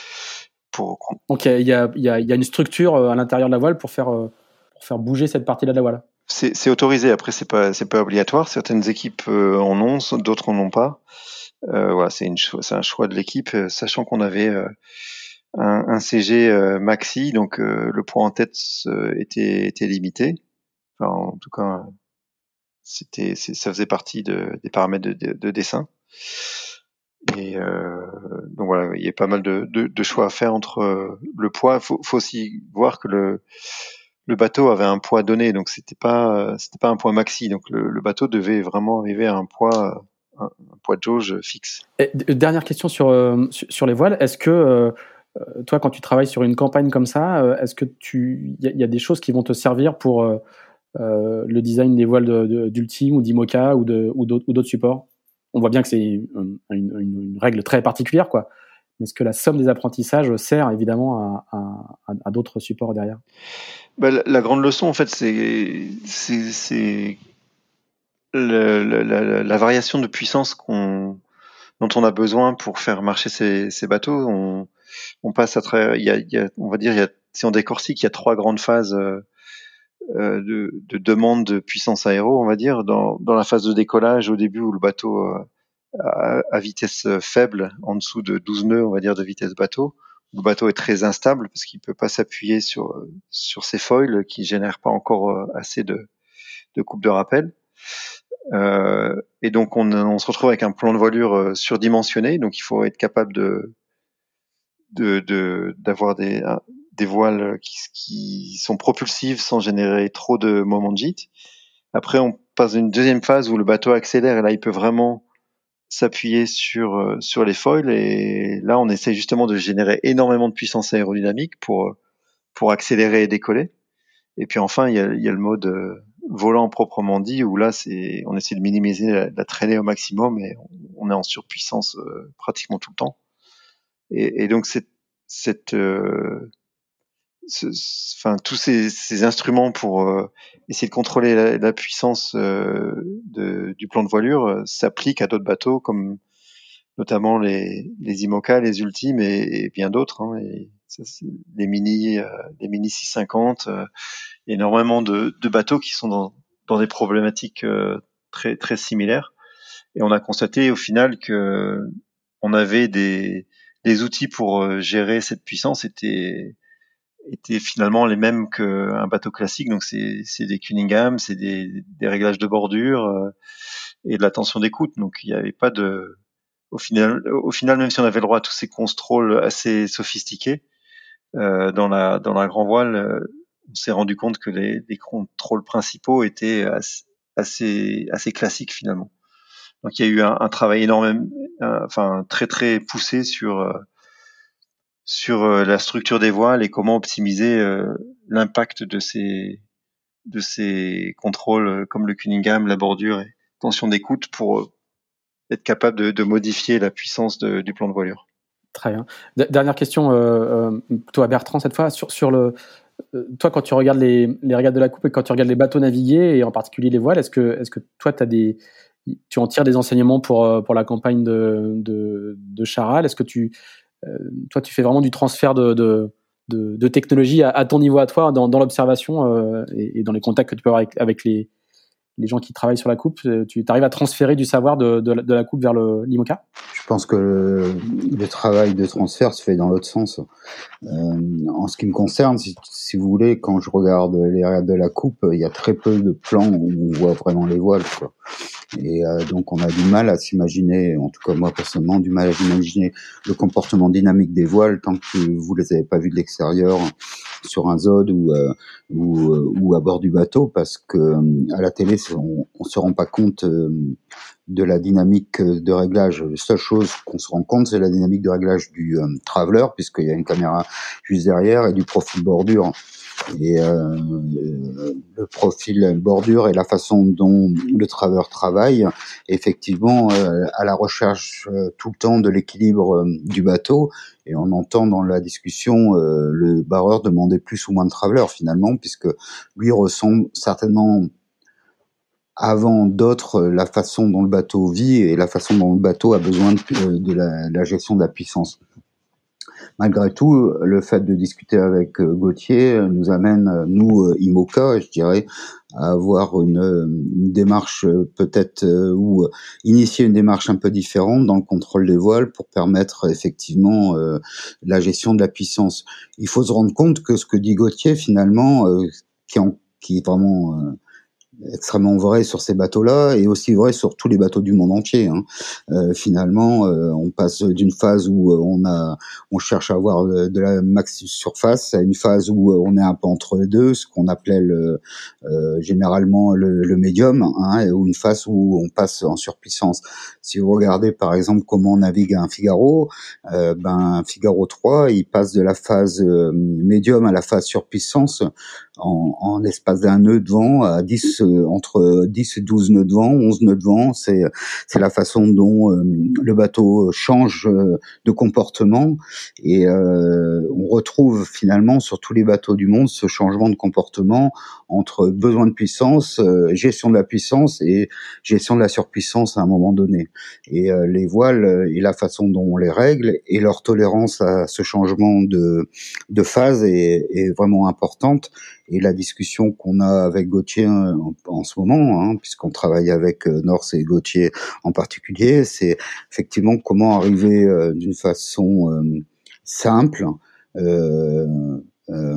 pour. Donc il y a il y a il y a une structure à l'intérieur de la voile pour faire euh, pour faire bouger cette partie-là de la voile. C'est, c'est autorisé. Après, c'est pas c'est pas obligatoire. Certaines équipes euh, en ont, d'autres en ont pas. Euh, voilà, c'est une cho- c'est un choix de l'équipe, euh, sachant qu'on avait euh, un, un C G euh, maxi, donc euh, le poids en tête euh, était était limité. Enfin, en tout cas, c'était c'est, ça faisait partie de, des paramètres de, de, de dessin. Et euh, donc voilà, il y a pas mal de, de, de choix à faire entre euh, le poids. Faut, faut aussi voir que le le bateau avait un poids donné, donc c'était pas c'était pas un poids maxi. Donc le, le bateau devait vraiment arriver à un poids un, un poids de jauge fixe. Et, dernière question sur, euh, sur sur les voiles. Est-ce que euh, toi, quand tu travailles sur une campagne comme ça, euh, est-ce que tu il y, y a des choses qui vont te servir pour euh, euh, le design des voiles de, de, d'Ultime ou d'Imoca ou de ou d'autres, ou d'autres supports? On voit bien que c'est une, une, une règle très particulière, quoi. Mais est-ce que la somme des apprentissages sert évidemment à, à, à d'autres supports derrière? Bah, la, la grande leçon, en fait, c'est c'est, c'est le, le, la, la variation de puissance qu'on dont on a besoin pour faire marcher ces, ces bateaux. On, on passe à travers, il y a, il y a, on va dire, il y a, si on décortique, il y a trois grandes phases euh, de, de demande de puissance aéro, on va dire. Dans, dans la phase de décollage, au début où le bateau euh, à, à vitesse faible, en dessous de douze nœuds, on va dire, de vitesse bateau, le bateau est très instable parce qu'il peut pas s'appuyer sur sur ses foils qui génèrent pas encore assez de, de coupe de rappel. Euh, et donc on, on se retrouve avec un plan de voilure surdimensionné, donc il faut être capable de de, de d'avoir des des voiles qui, qui sont propulsives sans générer trop de moments de gîte. Après on passe à une deuxième phase où le bateau accélère et là il peut vraiment s'appuyer sur sur les foils et là on essaie justement de générer énormément de puissance aérodynamique pour pour accélérer et décoller. Et puis enfin il y a, il y a le mode volant proprement dit où là c'est on essaie de minimiser la, la traînée au maximum et on est en surpuissance euh, pratiquement tout le temps. Et, et donc cette cette euh, ce, enfin tous ces, ces instruments pour euh, essayer de contrôler la, la puissance euh, de, du plan de voilure euh, s'appliquent à d'autres bateaux comme notamment les les Imoca, les Ultimes et, et bien d'autres. Hein, et ça, les mini euh, les mini six cent cinquante. Euh, il y a énormément de, de bateaux qui sont dans dans des problématiques euh, très très similaires. Et on a constaté au final que on avait des les outils pour gérer cette puissance étaient étaient finalement les mêmes qu'un bateau classique. Donc c'est c'est des Cunningham, c'est des des réglages de bordure, euh, et de l'attention d'écoute. Donc il n'y avait pas de, au final, au final, même si on avait le droit à tous ces contrôles assez sophistiqués euh, dans la dans la grand voile, euh, on s'est rendu compte que les, les contrôles principaux étaient assez assez, assez classiques finalement. Donc il y a eu un, un travail énorme, un, enfin très très poussé sur euh, sur euh, la structure des voiles et comment optimiser euh, l'impact de ces de ces contrôles euh, comme le Cunningham, la bordure et tension d'écoute pour euh, être capable de, de modifier la puissance de, du plan de voilure. Très bien. D- dernière question, euh, euh, plutôt à Bertrand cette fois, sur, sur le, euh, toi quand tu regardes les, les régates de la coupe et quand tu regardes les bateaux navigués et en particulier les voiles, est-ce que, est-ce que toi t'as des, tu en tires des enseignements pour, pour la campagne de, de, de Charal? Est-ce que tu, euh, toi tu fais vraiment du transfert de, de, de, de technologie à, à ton niveau à toi dans, dans l'observation euh, et, et dans les contacts que tu peux avoir avec, avec les, les gens qui travaillent sur la coupe, tu arrives à transférer du savoir de, de, de la coupe vers le l'IMOCA? Je pense que le, le travail de transfert se fait dans l'autre sens. Euh, en ce qui me concerne, si, si vous voulez, quand je regarde les régates de la coupe, il y a très peu de plans où on voit vraiment les voiles, quoi. Et euh, donc on a du mal à s'imaginer, en tout cas moi personnellement, du mal à imaginer le comportement dynamique des voiles tant que vous les avez pas vus de l'extérieur sur un zod ou euh, ou, ou à bord du bateau, parce que à la télé on, on se rend pas compte euh, de la dynamique de réglage. La seule chose qu'on se rend compte, c'est la dynamique de réglage du euh, traveler, puisqu'il y a une caméra juste derrière, et du profil bordure. Et euh, le profil bordure et la façon dont le traveur travaille, effectivement, euh, à la recherche euh, tout le temps de l'équilibre euh, du bateau. Et on entend dans la discussion euh, le barreur demander plus ou moins de traveler finalement, puisque lui ressent certainement avant d'autres la façon dont le bateau vit et la façon dont le bateau a besoin de, de, la, de la gestion de la puissance. Malgré tout, le fait de discuter avec Gauthier nous amène, nous, IMOCA, je dirais, à avoir une, une démarche peut-être, ou initier une démarche un peu différente dans le contrôle des voiles pour permettre effectivement euh, la gestion de la puissance. Il faut se rendre compte que ce que dit Gauthier, finalement, euh, qui, en, qui est vraiment... Euh, extrêmement vrai sur ces bateaux-là et aussi vrai sur tous les bateaux du monde entier. Hein. Euh, finalement, euh, on passe d'une phase où on a, on cherche à avoir de la max surface à une phase où on est un peu entre les deux, ce qu'on appelait le, euh, généralement le, le médium, hein, ou une phase où on passe en surpuissance. Si vous regardez par exemple comment on navigue un Figaro, euh, ben Figaro trois, il passe de la phase euh, médium à la phase surpuissance en, en l'espace d'un nœud de vent à dix, euh, entre dix et douze nœuds de vent, onze nœuds de vent. C'est, c'est la façon dont euh, le bateau change euh, de comportement, et euh, on retrouve finalement sur tous les bateaux du monde ce changement de comportement entre besoin de puissance, euh, gestion de la puissance et gestion de la surpuissance à un moment donné. Et euh, les voiles et la façon dont on les règle et leur tolérance à ce changement de, de phase est, est vraiment importante. Et la discussion qu'on a avec Gauthier en, en ce moment, hein, puisqu'on travaille avec euh, Norse et Gauthier en particulier, c'est effectivement comment arriver euh, d'une façon euh, simple, euh, euh,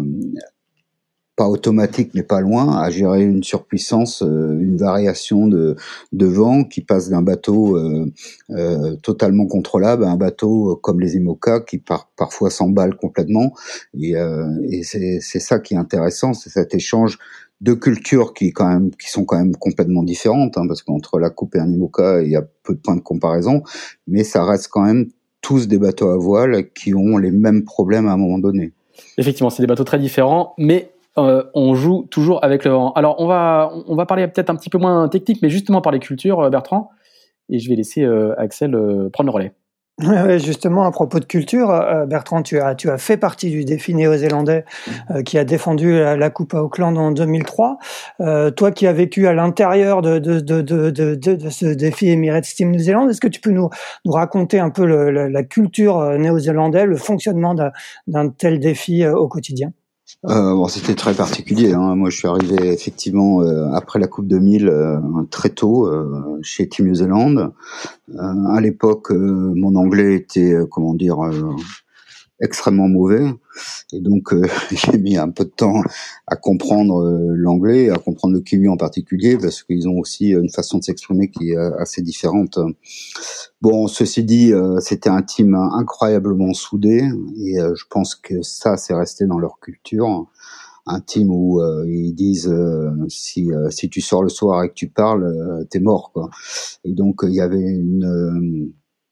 pas automatique mais pas loin, à gérer une surpuissance, euh, une variation de, de vent qui passe d'un bateau euh, euh, totalement contrôlable à un bateau comme les IMOCA qui par, parfois s'emballe complètement. Et, euh, et c'est, c'est ça qui est intéressant, c'est cet échange de cultures qui quand même qui sont quand même complètement différentes, hein, parce qu'entre la coupe et un IMOCA il y a peu de points de comparaison, mais ça reste quand même tous des bateaux à voile qui ont les mêmes problèmes à un moment donné. Effectivement, c'est des bateaux très différents, mais Euh, on joue toujours avec le vent. Alors, on va, on va parler peut-être un petit peu moins technique, mais justement par les cultures, Bertrand. Et je vais laisser euh, Axel euh, prendre le relais. Ouais, justement, à propos de culture, euh, Bertrand, tu as, tu as fait partie du défi néo-zélandais euh, qui a défendu la, la Coupe à Auckland en deux mille trois. Euh, toi qui as vécu à l'intérieur de, de, de, de, de, de, de ce défi Emirates Team New Zealand, est-ce que tu peux nous, nous raconter un peu le, le, la culture néo-zélandaise, le fonctionnement d'un, d'un tel défi euh, au quotidien? Euh, bon, c'était très particulier. Hein. Moi, je suis arrivé effectivement euh, après la Coupe deux mille, euh, très tôt euh, chez Team New Zealand. Euh, à l'époque, euh, mon anglais était, euh, comment dire, euh, extrêmement mauvais. Et donc, euh, j'ai mis un peu de temps à comprendre euh, l'anglais, à comprendre le kiwi en particulier, parce qu'ils ont aussi une façon de s'exprimer qui est assez différente. Bon, ceci dit, euh, c'était un team incroyablement soudé, et euh, je pense que ça, c'est resté dans leur culture. Un team où euh, ils disent euh, si euh, si tu sors le soir et que tu parles, euh, t'es mort, quoi. Et donc, il y avait une euh,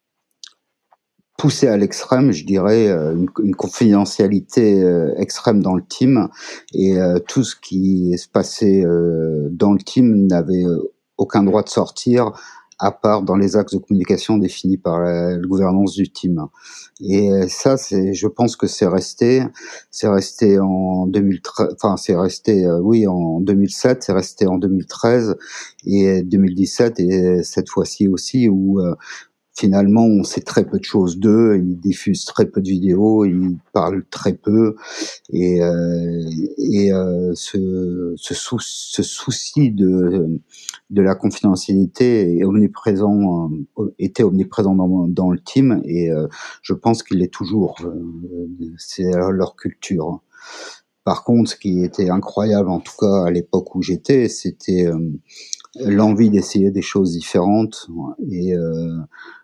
poussé à l'extrême, je dirais, une, une confidentialité euh, extrême dans le team, et euh, tout ce qui se passait euh, dans le team n'avait euh, aucun droit de sortir, à part dans les axes de communication définis par la, la gouvernance du team. Et ça, c'est, je pense que c'est resté, c'est resté en deux mille treize, enfin c'est resté, euh, oui, en deux mille sept, c'est resté en deux mille treize et deux mille dix-sept, et cette fois-ci aussi où euh, finalement, on sait très peu de choses d'eux, ils diffusent très peu de vidéos, ils parlent très peu, et, euh, et euh, ce, ce, sou, ce souci de, de la confidentialité est omniprésent, euh, était omniprésent dans, dans le team, et euh, je pense qu'il l'est toujours. Euh, c'est leur culture. Par contre, ce qui était incroyable, en tout cas à l'époque où j'étais, c'était euh, l'envie d'essayer des choses différentes, et euh,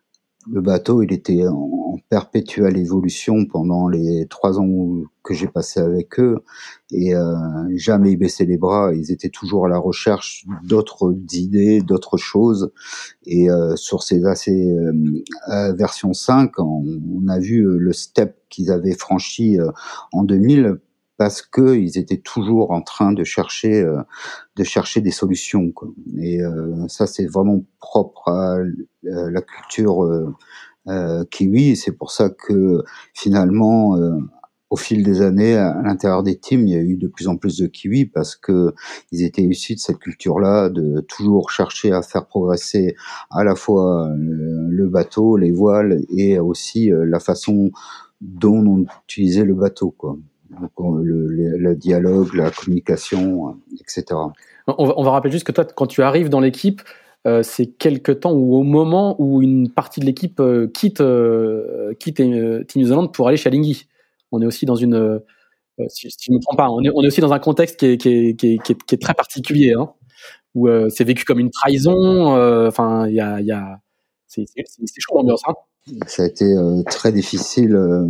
le bateau, il était en perpétuelle évolution pendant les trois ans où, que j'ai passé avec eux, et euh, jamais ils baissaient les bras. Ils étaient toujours à la recherche d'autres idées, d'autres choses. Et euh, sur ces assez euh, euh, version cinq, on, on a vu le step qu'ils avaient franchi euh, en deux mille, parce que ils étaient toujours en train de chercher euh, de chercher des solutions, quoi. Et euh, ça, c'est vraiment propre à euh, la culture euh, euh, kiwi. C'est pour ça que finalement, euh, au fil des années, à l'intérieur des teams, il y a eu de plus en plus de kiwis, parce que ils étaient issus de cette culture-là, de toujours chercher à faire progresser à la fois euh, le bateau, les voiles, et aussi euh, la façon dont on utilisait le bateau, quoi. Donc, le, le, le dialogue, la communication, et cetera. On va, on va rappeler juste que toi, quand tu arrives dans l'équipe, euh, c'est quelque temps ou au moment où une partie de l'équipe euh, quitte, euh, quitte euh, Team New Zealand pour aller chez Alinghi. On est aussi dans une, euh, si, si je ne me trompe pas, on est, on est aussi dans un contexte qui est, qui est, qui est, qui est, qui est très particulier, hein, où euh, c'est vécu comme une trahison. Enfin, il y a, y a, c'est, c'est, c'est chaud l'ambiance, hein. Ça a été euh, très difficile. Euh,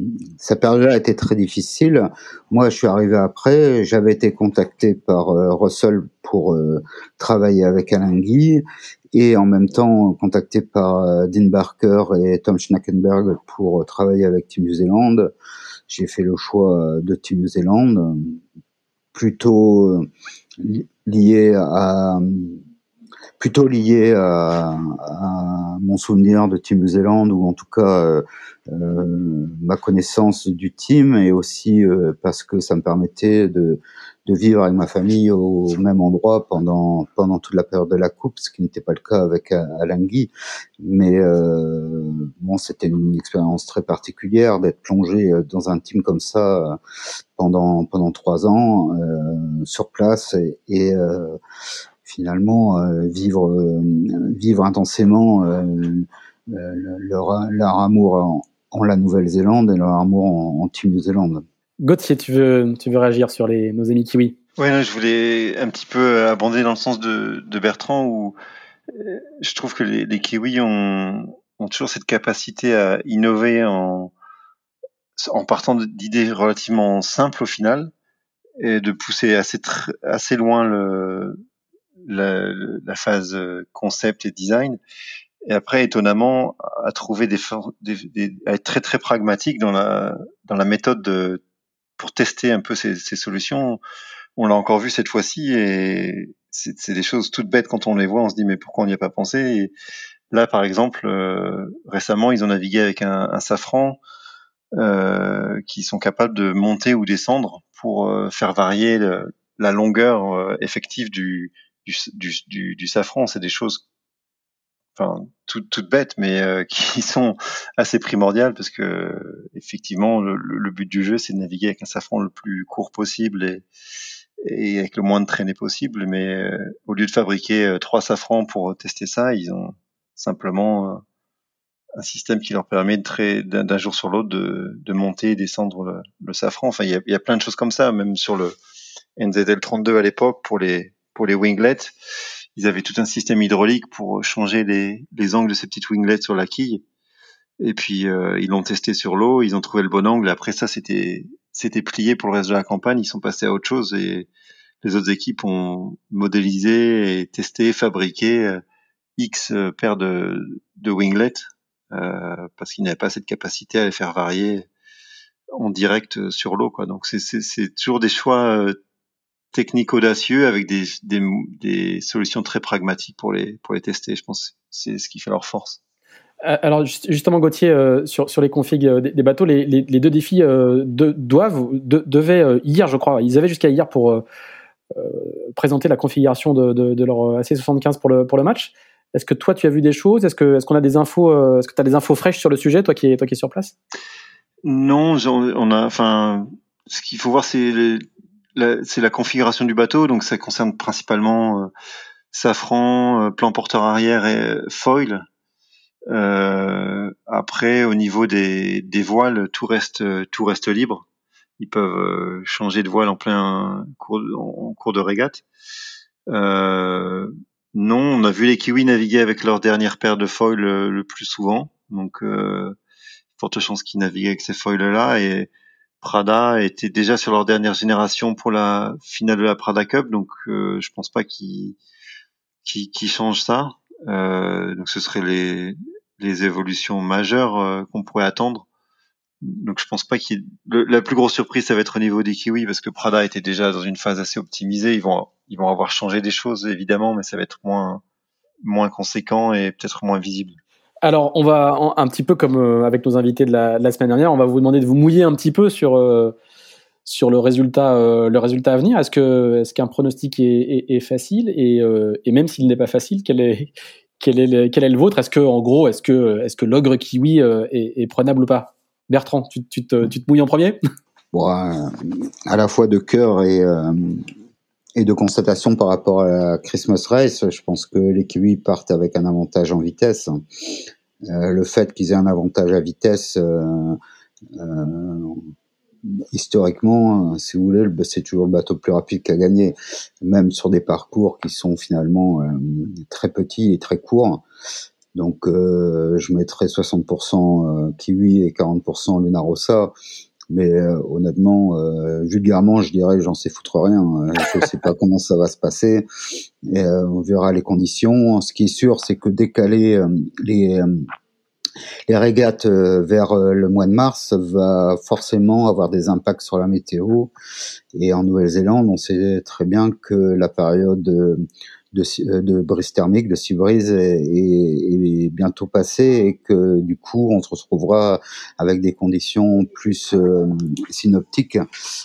sa période-là a été très difficile. Moi, je suis arrivé après. J'avais été contacté par euh, Russell pour euh, travailler avec Alinghi, et en même temps contacté par euh, Dean Barker et Tom Schnackenberg pour euh, travailler avec Team New Zealand. J'ai fait le choix de Team New Zealand, plutôt euh, lié à plutôt lié à, à mon souvenir de Team New Zealand, ou en tout cas euh, euh, ma connaissance du team, et aussi euh, parce que ça me permettait de, de vivre avec ma famille au même endroit pendant pendant toute la période de la coupe, ce qui n'était pas le cas avec Alinghi. Mais euh, bon, c'était une expérience très particulière d'être plongé dans un team comme ça pendant pendant trois ans euh, sur place, et, et euh, finalement euh, vivre euh, vivre intensément euh, leur, leur amour en, en la Nouvelle-Zélande et leur amour en, en Team New Zealand. Gauthier, tu veux tu veux réagir sur les nos amis kiwis? Oui, je voulais un petit peu abonder dans le sens de, de Bertrand, où je trouve que les, les kiwis ont, ont toujours cette capacité à innover en, en partant d'idées relativement simples au final, et de pousser assez tr- assez loin le la, la phase concept et design, et après étonnamment à trouver des, des, des à être très très pragmatique dans la dans la méthode de pour tester un peu ces, ces solutions. On l'a encore vu cette fois-ci, et c'est, c'est des choses toutes bêtes. Quand on les voit, on se dit mais pourquoi on n'y a pas pensé. Et là, par exemple, euh, récemment, ils ont navigué avec un, un Safran euh, qui sont capables de monter ou descendre pour euh, faire varier le, la longueur euh, effective du, du, du, du, du Safran. C'est des choses, enfin, toutes toutes bêtes, mais euh, qui sont assez primordiales, parce que effectivement, le, le but du jeu, c'est de naviguer avec un Safran le plus court possible et et avec le moins de traînées possible. Mais euh, au lieu de fabriquer euh, trois safrans pour tester ça, ils ont simplement euh, un système qui leur permet de très, d'un, d'un jour sur l'autre de, de monter et descendre le, le safran. Enfin, il y a, il y a plein de choses comme ça, même sur le N Z L trente-deux à l'époque pour les pour les winglets, ils avaient tout un système hydraulique pour changer les les angles de ces petites winglets sur la quille. Et puis euh, ils l'ont testé sur l'eau, ils ont trouvé le bon angle. Après ça, c'était c'était plié pour le reste de la campagne. Ils sont passés à autre chose et les autres équipes ont modélisé et testé, fabriqué euh, X euh, paires de de winglets euh, parce qu'ils n'avaient pas cette capacité à les faire varier en direct sur l'eau, quoi. Donc c'est c'est c'est toujours des choix euh, techniques audacieux avec des, des, des solutions très pragmatiques pour les, pour les tester. Je pense que c'est ce qui fait leur force. Alors justement, Gauthier, euh, sur, sur les configs euh, des, des bateaux, les, les, les deux défis euh, de, doivent, de, devaient, euh, hier je crois, ils avaient jusqu'à hier pour euh, euh, présenter la configuration de, de, de leur A C soixante-quinze pour le, pour le match. Est-ce que toi tu as vu des choses? Est-ce que, est-ce qu'on a des infos, euh, est-ce que tu as des infos fraîches sur le sujet, toi qui es, toi qui es sur place? Non, on a, enfin, ce qu'il faut voir, c'est le, la, c'est la configuration du bateau, donc ça concerne principalement euh, safran, euh, plan porteur arrière et euh, foil. Euh, après, au niveau des, des voiles, tout reste tout reste libre. Ils peuvent euh, changer de voile en plein cours de, en cours de régate. Euh, non, on a vu les Kiwis naviguer avec leur dernière paire de foils le, le plus souvent, donc euh, forte chance qu'ils naviguent avec ces foils-là. Et Prada était déjà sur leur dernière génération pour la finale de la Prada Cup, donc euh, je pense pas qu'ils qu'ils, qu'ils changent ça. Euh, donc ce serait les les évolutions majeures euh, qu'on pourrait attendre. Donc je pense pas qu'il y ait... Le, la plus grosse surprise ça va être au niveau des Kiwis parce que Prada était déjà dans une phase assez optimisée. Ils vont ils vont avoir changé des choses évidemment, mais ça va être moins moins conséquent et peut-être moins visible. Alors on va un petit peu comme euh, avec nos invités de la, de la semaine dernière, on va vous demander de vous mouiller un petit peu sur euh, sur le résultat euh, le résultat à venir. Est-ce que est-ce qu'un pronostic est, est, est facile et, euh, et même s'il n'est pas facile, quel est quel est le, quel est le vôtre? Est-ce que en gros est-ce que est-ce que l'ogre kiwi euh, est, est prenable ou pas? Bertrand, tu, tu, te, tu te mouilles en premier? Bon, euh, à la fois de cœur et, euh, et de constatation par rapport à la Christmas Race, je pense que les Kiwis partent avec un avantage en vitesse. Euh, le fait qu'ils aient un avantage à vitesse, euh, euh, historiquement, si vous voulez, c'est toujours le bateau le plus rapide qui a gagné, même sur des parcours qui sont finalement euh, très petits et très courts. Donc, euh, je mettrais soixante pour cent Kiwi et quarante pour cent Luna Rossa. Mais euh, honnêtement, euh, vulgairement, je dirais, j'en sais foutre rien. Je sais pas comment ça va se passer. Et, euh, on verra les conditions. Ce qui est sûr, c'est que décaler euh, les euh, les régates euh, vers euh, le mois de mars va forcément avoir des impacts sur la météo. Et en Nouvelle-Zélande, on sait très bien que la période de de, de brise thermique, de sea breeze est, est, est bientôt passée et que du coup on se retrouvera avec des conditions plus euh, synoptiques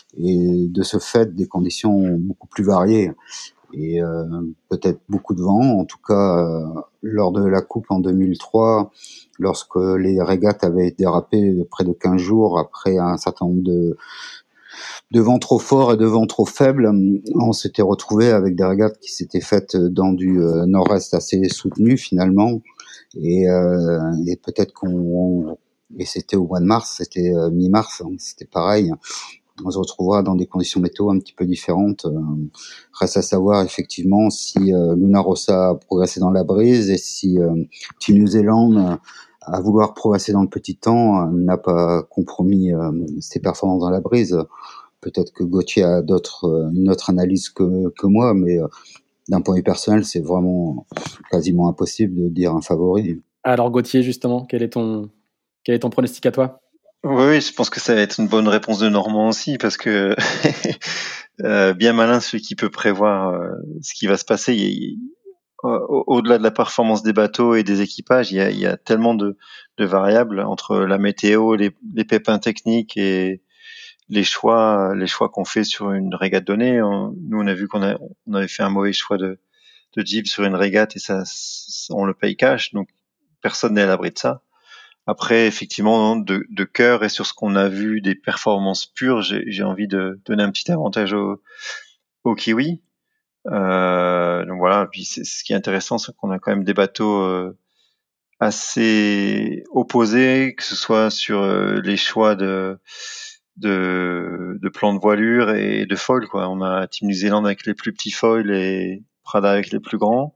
et de ce fait des conditions beaucoup plus variées et euh, peut-être beaucoup de vent. En tout cas, euh, lors de la coupe en deux mille trois, lorsque les régates avaient dérapé de près de quinze jours après un certain nombre de de vent trop fort et de vent trop faible, on s'était retrouvé avec des régates qui s'étaient faites dans du euh, nord-est assez soutenu finalement, et, euh, et peut-être qu'on, et c'était au mois de mars, c'était euh, mi-mars, hein, c'était pareil, on se retrouvera dans des conditions météo un petit peu différentes. Euh, reste à savoir effectivement si euh, Luna Rossa a progressé dans la brise et si euh, Team New Zealand euh, à vouloir progresser dans le petit temps euh, n'a pas compromis euh, ses performances dans la brise. Peut-être que Gauthier a d'autres, euh, une autre analyse que, que moi, mais euh, d'un point de vue personnel, c'est vraiment quasiment impossible de dire un favori. Alors Gauthier, justement, quel est ton, quel est ton pronostic à toi? Oui, je pense que ça va être une bonne réponse de Normand aussi, parce que euh, bien malin celui qui peut prévoir euh, ce qui va se passer. Il, il, au, au-delà de la performance des bateaux et des équipages, il y a, il y a tellement de, de variables entre la météo, les, les pépins techniques et les choix, les choix qu'on fait sur une régate donnée. On, nous, on a vu qu'on a, on avait fait un mauvais choix de, de jib sur une régate et ça, on le paye cash. Donc, personne n'est à l'abri de ça. Après, effectivement, de, de cœur et sur ce qu'on a vu des performances pures, j'ai, j'ai envie de donner un petit avantage au, au Kiwi. Euh, donc voilà. Puis c'est, ce qui est intéressant, c'est qu'on a quand même des bateaux euh, assez opposés, que ce soit sur euh, les choix de de, de plan de voilure et de foil, quoi. On a Team New Zealand avec les plus petits foils et Prada avec les plus grands.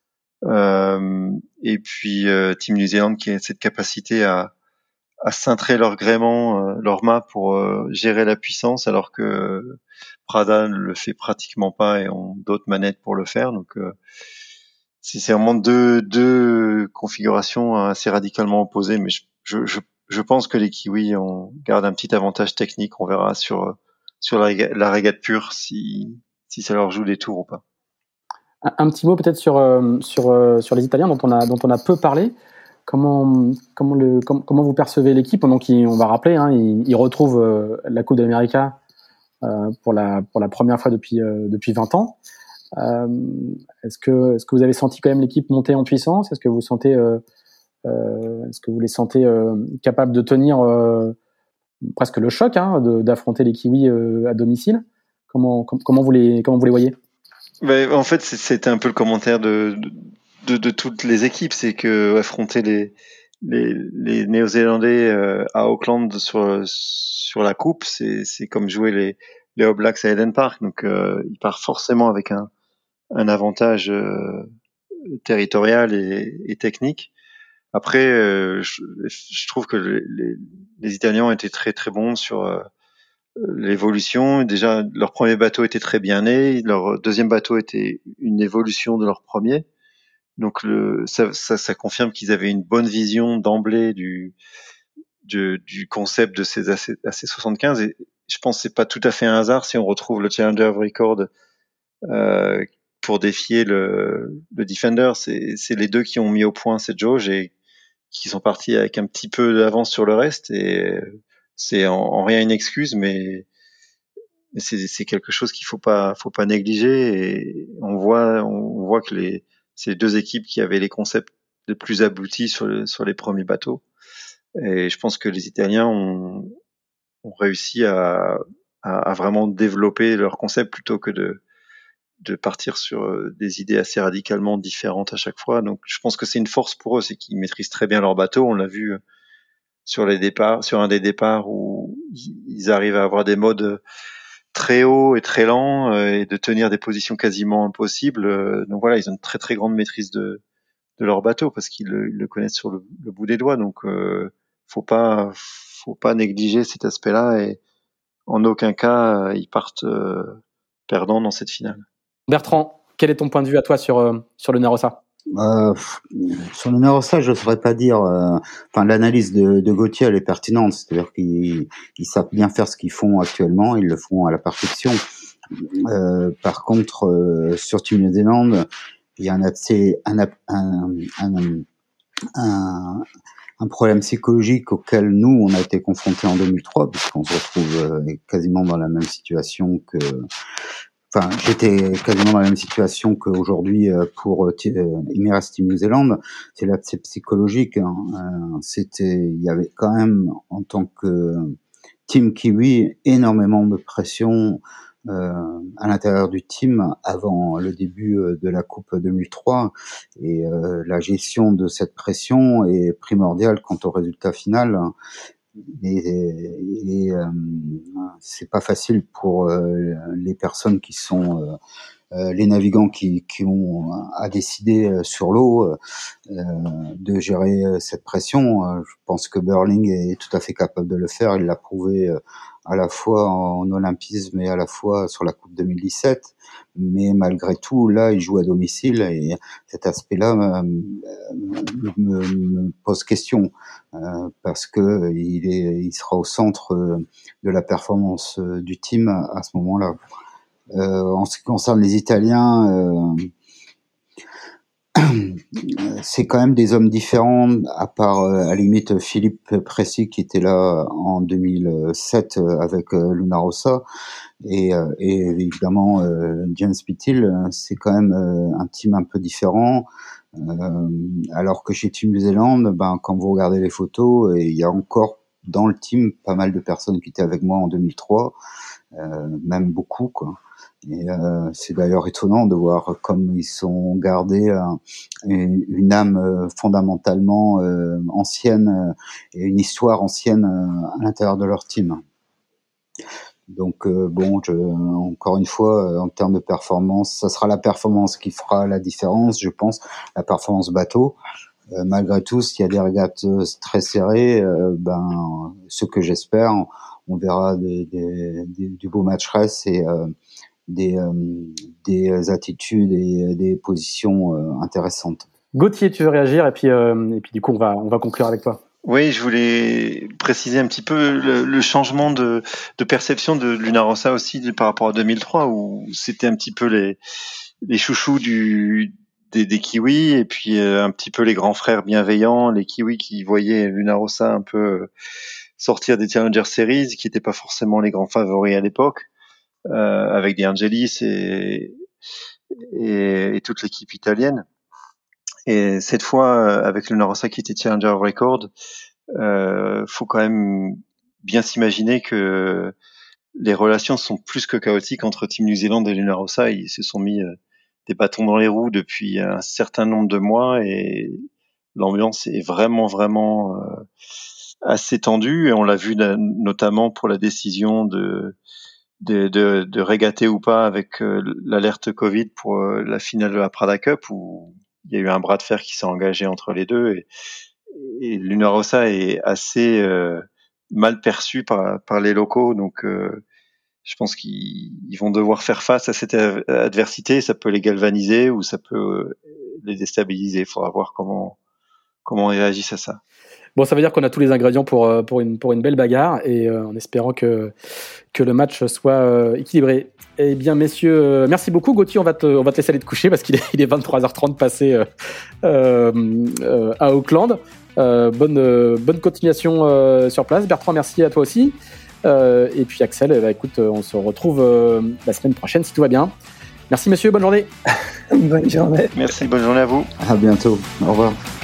Euh, et puis euh, Team New Zealand qui a cette capacité à, à cintrer leur gréement, euh, leur mât pour euh, gérer la puissance, alors que Prada ne le fait pratiquement pas et ont d'autres manettes pour le faire. Donc euh, c'est, c'est vraiment deux, deux configurations assez radicalement opposées, mais je, je, je, je pense que les Kiwis on garde un petit avantage technique. On verra sur sur la, la régate pure si si ça leur joue des tours ou pas. Un, un petit mot peut-être sur euh, sur euh, sur les Italiens dont on a dont on a peu parlé. Comment comment le com, comment vous percevez l'équipe? Donc ils, on va rappeler, hein, ils, ils retrouvent euh, la Coupe d'Amérique euh, pour la pour la première fois depuis euh, depuis vingt ans. Euh, est-ce que est-ce que vous avez senti quand même l'équipe monter en puissance? Est-ce que vous sentez euh, euh, est-ce que vous les sentez euh, capables de tenir euh, presque le choc, hein, de, d'affronter les Kiwis euh, à domicile? Comment com, comment vous les comment vous les voyez? Ben, en fait, c'était un peu le commentaire de de, de toutes les équipes, c'est que affronter les les, les Néo-Zélandais euh, à Auckland sur sur la coupe, c'est c'est comme jouer les les All Blacks à Eden Park. Donc, euh, ils partent forcément avec un un avantage euh, territorial et, et technique. Après, euh, je, je trouve que les, les Italiens ont été très très bons sur euh, l'évolution. Déjà, leur premier bateau était très bien né. Leur deuxième bateau était une évolution de leur premier. Donc, le, ça, ça, ça confirme qu'ils avaient une bonne vision d'emblée du, du, du concept de ces A C soixante-quinze. Et je pense que c'est pas tout à fait un hasard si on retrouve le Challenger Record euh, pour défier le, le Defender. C'est, c'est les deux qui ont mis au point cette jauge et qui sont partis avec un petit peu d'avance sur le reste. Et c'est en, en rien une excuse, mais mais c'est, c'est quelque chose qu'il faut pas, faut pas négliger. Et on voit, on voit que les, c'est deux équipes qui avaient les concepts les plus aboutis sur, le, sur les premiers bateaux. Et je pense que les Italiens ont, ont réussi à, à, à vraiment développer leur concept plutôt que de, de partir sur des idées assez radicalement différentes à chaque fois. Donc, je pense que c'est une force pour eux, c'est qu'ils maîtrisent très bien leur bateau. On l'a vu sur les départs, sur un des départs où ils arrivent à avoir des modes très haut et très lent euh, et de tenir des positions quasiment impossibles. Euh, donc voilà, ils ont une très très grande maîtrise de de leur bateau parce qu'ils le, ils le connaissent sur le, le bout des doigts. Donc euh, faut pas faut pas négliger cet aspect-là et en aucun cas euh, ils partent euh, perdants dans cette finale. Bertrand, quel est ton point de vue à toi sur euh, sur le Narossa? Euh, sur le Narossa, je ne saurais pas dire. Euh, enfin, l'analyse de, de Gauthier, elle est pertinente. C'est-à-dire qu'ils ils savent bien faire ce qu'ils font actuellement. Ils le font à la perfection. Euh, par contre, euh, sur Team New Zealand, il y a un, un, un, un, un, un problème psychologique auquel nous, on a été confrontés en deux mille trois, puisqu'on se retrouve euh, quasiment dans la même situation que... Enfin, j'étais quasiment dans la même situation qu'aujourd'hui pour Imeras Team New Zealand. C'est là, c'est psychologique. Hein. Euh, c'était, il y avait quand même en tant que team Kiwi énormément de pression euh, à l'intérieur du team avant le début de la Coupe deux mille trois. Et euh, la gestion de cette pression est primordiale quant au résultat final. Et, et, et euh, c'est pas facile pour euh, les personnes qui sont euh, les navigants qui, qui ont à décider sur l'eau euh, de gérer cette pression. Je pense que Burling est tout à fait capable de le faire. Il l'a prouvé à la fois en olympisme et à la fois sur la Coupe deux mille dix-sept. Mais malgré tout, là, il joue à domicile et cet aspect-là me, me, me pose question euh, parce que il est, il sera au centre de la performance du team à ce moment-là. Euh, en ce qui concerne les Italiens, euh, c'est quand même des hommes différents, à part à la limite Philippe Pressy qui était là en deux mille sept avec Luna Rossa et, et évidemment euh, James Pittil. C'est quand même un team un peu différent. Euh, alors que chez Team New Zealand, ben quand vous regardez les photos, il y a encore dans le team pas mal de personnes qui étaient avec moi en deux mille trois, euh, même beaucoup, quoi. Et euh, c'est d'ailleurs étonnant de voir comme ils sont gardés euh, une, une âme euh, fondamentalement euh, ancienne euh, et une histoire ancienne euh, à l'intérieur de leur team. Donc euh, bon, je, encore une fois, euh, en termes de performance, ça sera la performance qui fera la différence, je pense, la performance bateau. Euh, malgré tout, s'il y a des régates très serrées, euh, ben, ce que j'espère, on, on verra des, des, des, du beau match race et euh, des, euh, des attitudes et des positions euh, intéressantes. Gauthier, tu veux réagir et puis euh, et puis du coup on va on va conclure avec toi. Oui, je voulais préciser un petit peu le, le changement de, de perception de Luna Rossa aussi de, par rapport à deux mille trois où c'était un petit peu les les chouchous du des, des Kiwis et puis euh, un petit peu les grands frères bienveillants, les Kiwis qui voyaient Luna Rossa un peu sortir des Challenger Series, qui n'étaient pas forcément les grands favoris à l'époque. Euh, avec De Angelis et, et, et toute l'équipe italienne. Et cette fois, avec le Luna Rossa qui était Challenger of Record, euh, faut quand même bien s'imaginer que les relations sont plus que chaotiques entre Team New Zealand et Luna Rossa. Ils se sont mis euh, des bâtons dans les roues depuis un certain nombre de mois et l'ambiance est vraiment, vraiment euh, assez tendue. Et on l'a vu notamment pour la décision de De, de, de régater ou pas avec euh, l'alerte Covid pour euh, la finale de la Prada Cup où il y a eu un bras de fer qui s'est engagé entre les deux et, et Luna Rossa est assez euh, mal perçu par, par les locaux donc euh, je pense qu'ils ils vont devoir faire face à cette adversité, ça peut les galvaniser ou ça peut euh, les déstabiliser, il faudra voir comment, comment ils réagissent à ça. Bon, ça veut dire qu'on a tous les ingrédients pour, pour, une, pour une belle bagarre et euh, en espérant que, que le match soit euh, équilibré. Eh bien, messieurs, euh, merci beaucoup. Gauthier, on va te, on va te laisser aller te coucher parce qu'il est, il est vingt-trois heures trente passé euh, euh, à Auckland. Euh, bonne, euh, bonne continuation euh, sur place. Bertrand, merci à toi aussi. Euh, et puis Axel, bah, écoute, on se retrouve euh, la semaine prochaine si tout va bien. Merci messieurs, bonne journée. Bonne journée. Merci, bonne journée à vous. À bientôt. Au revoir.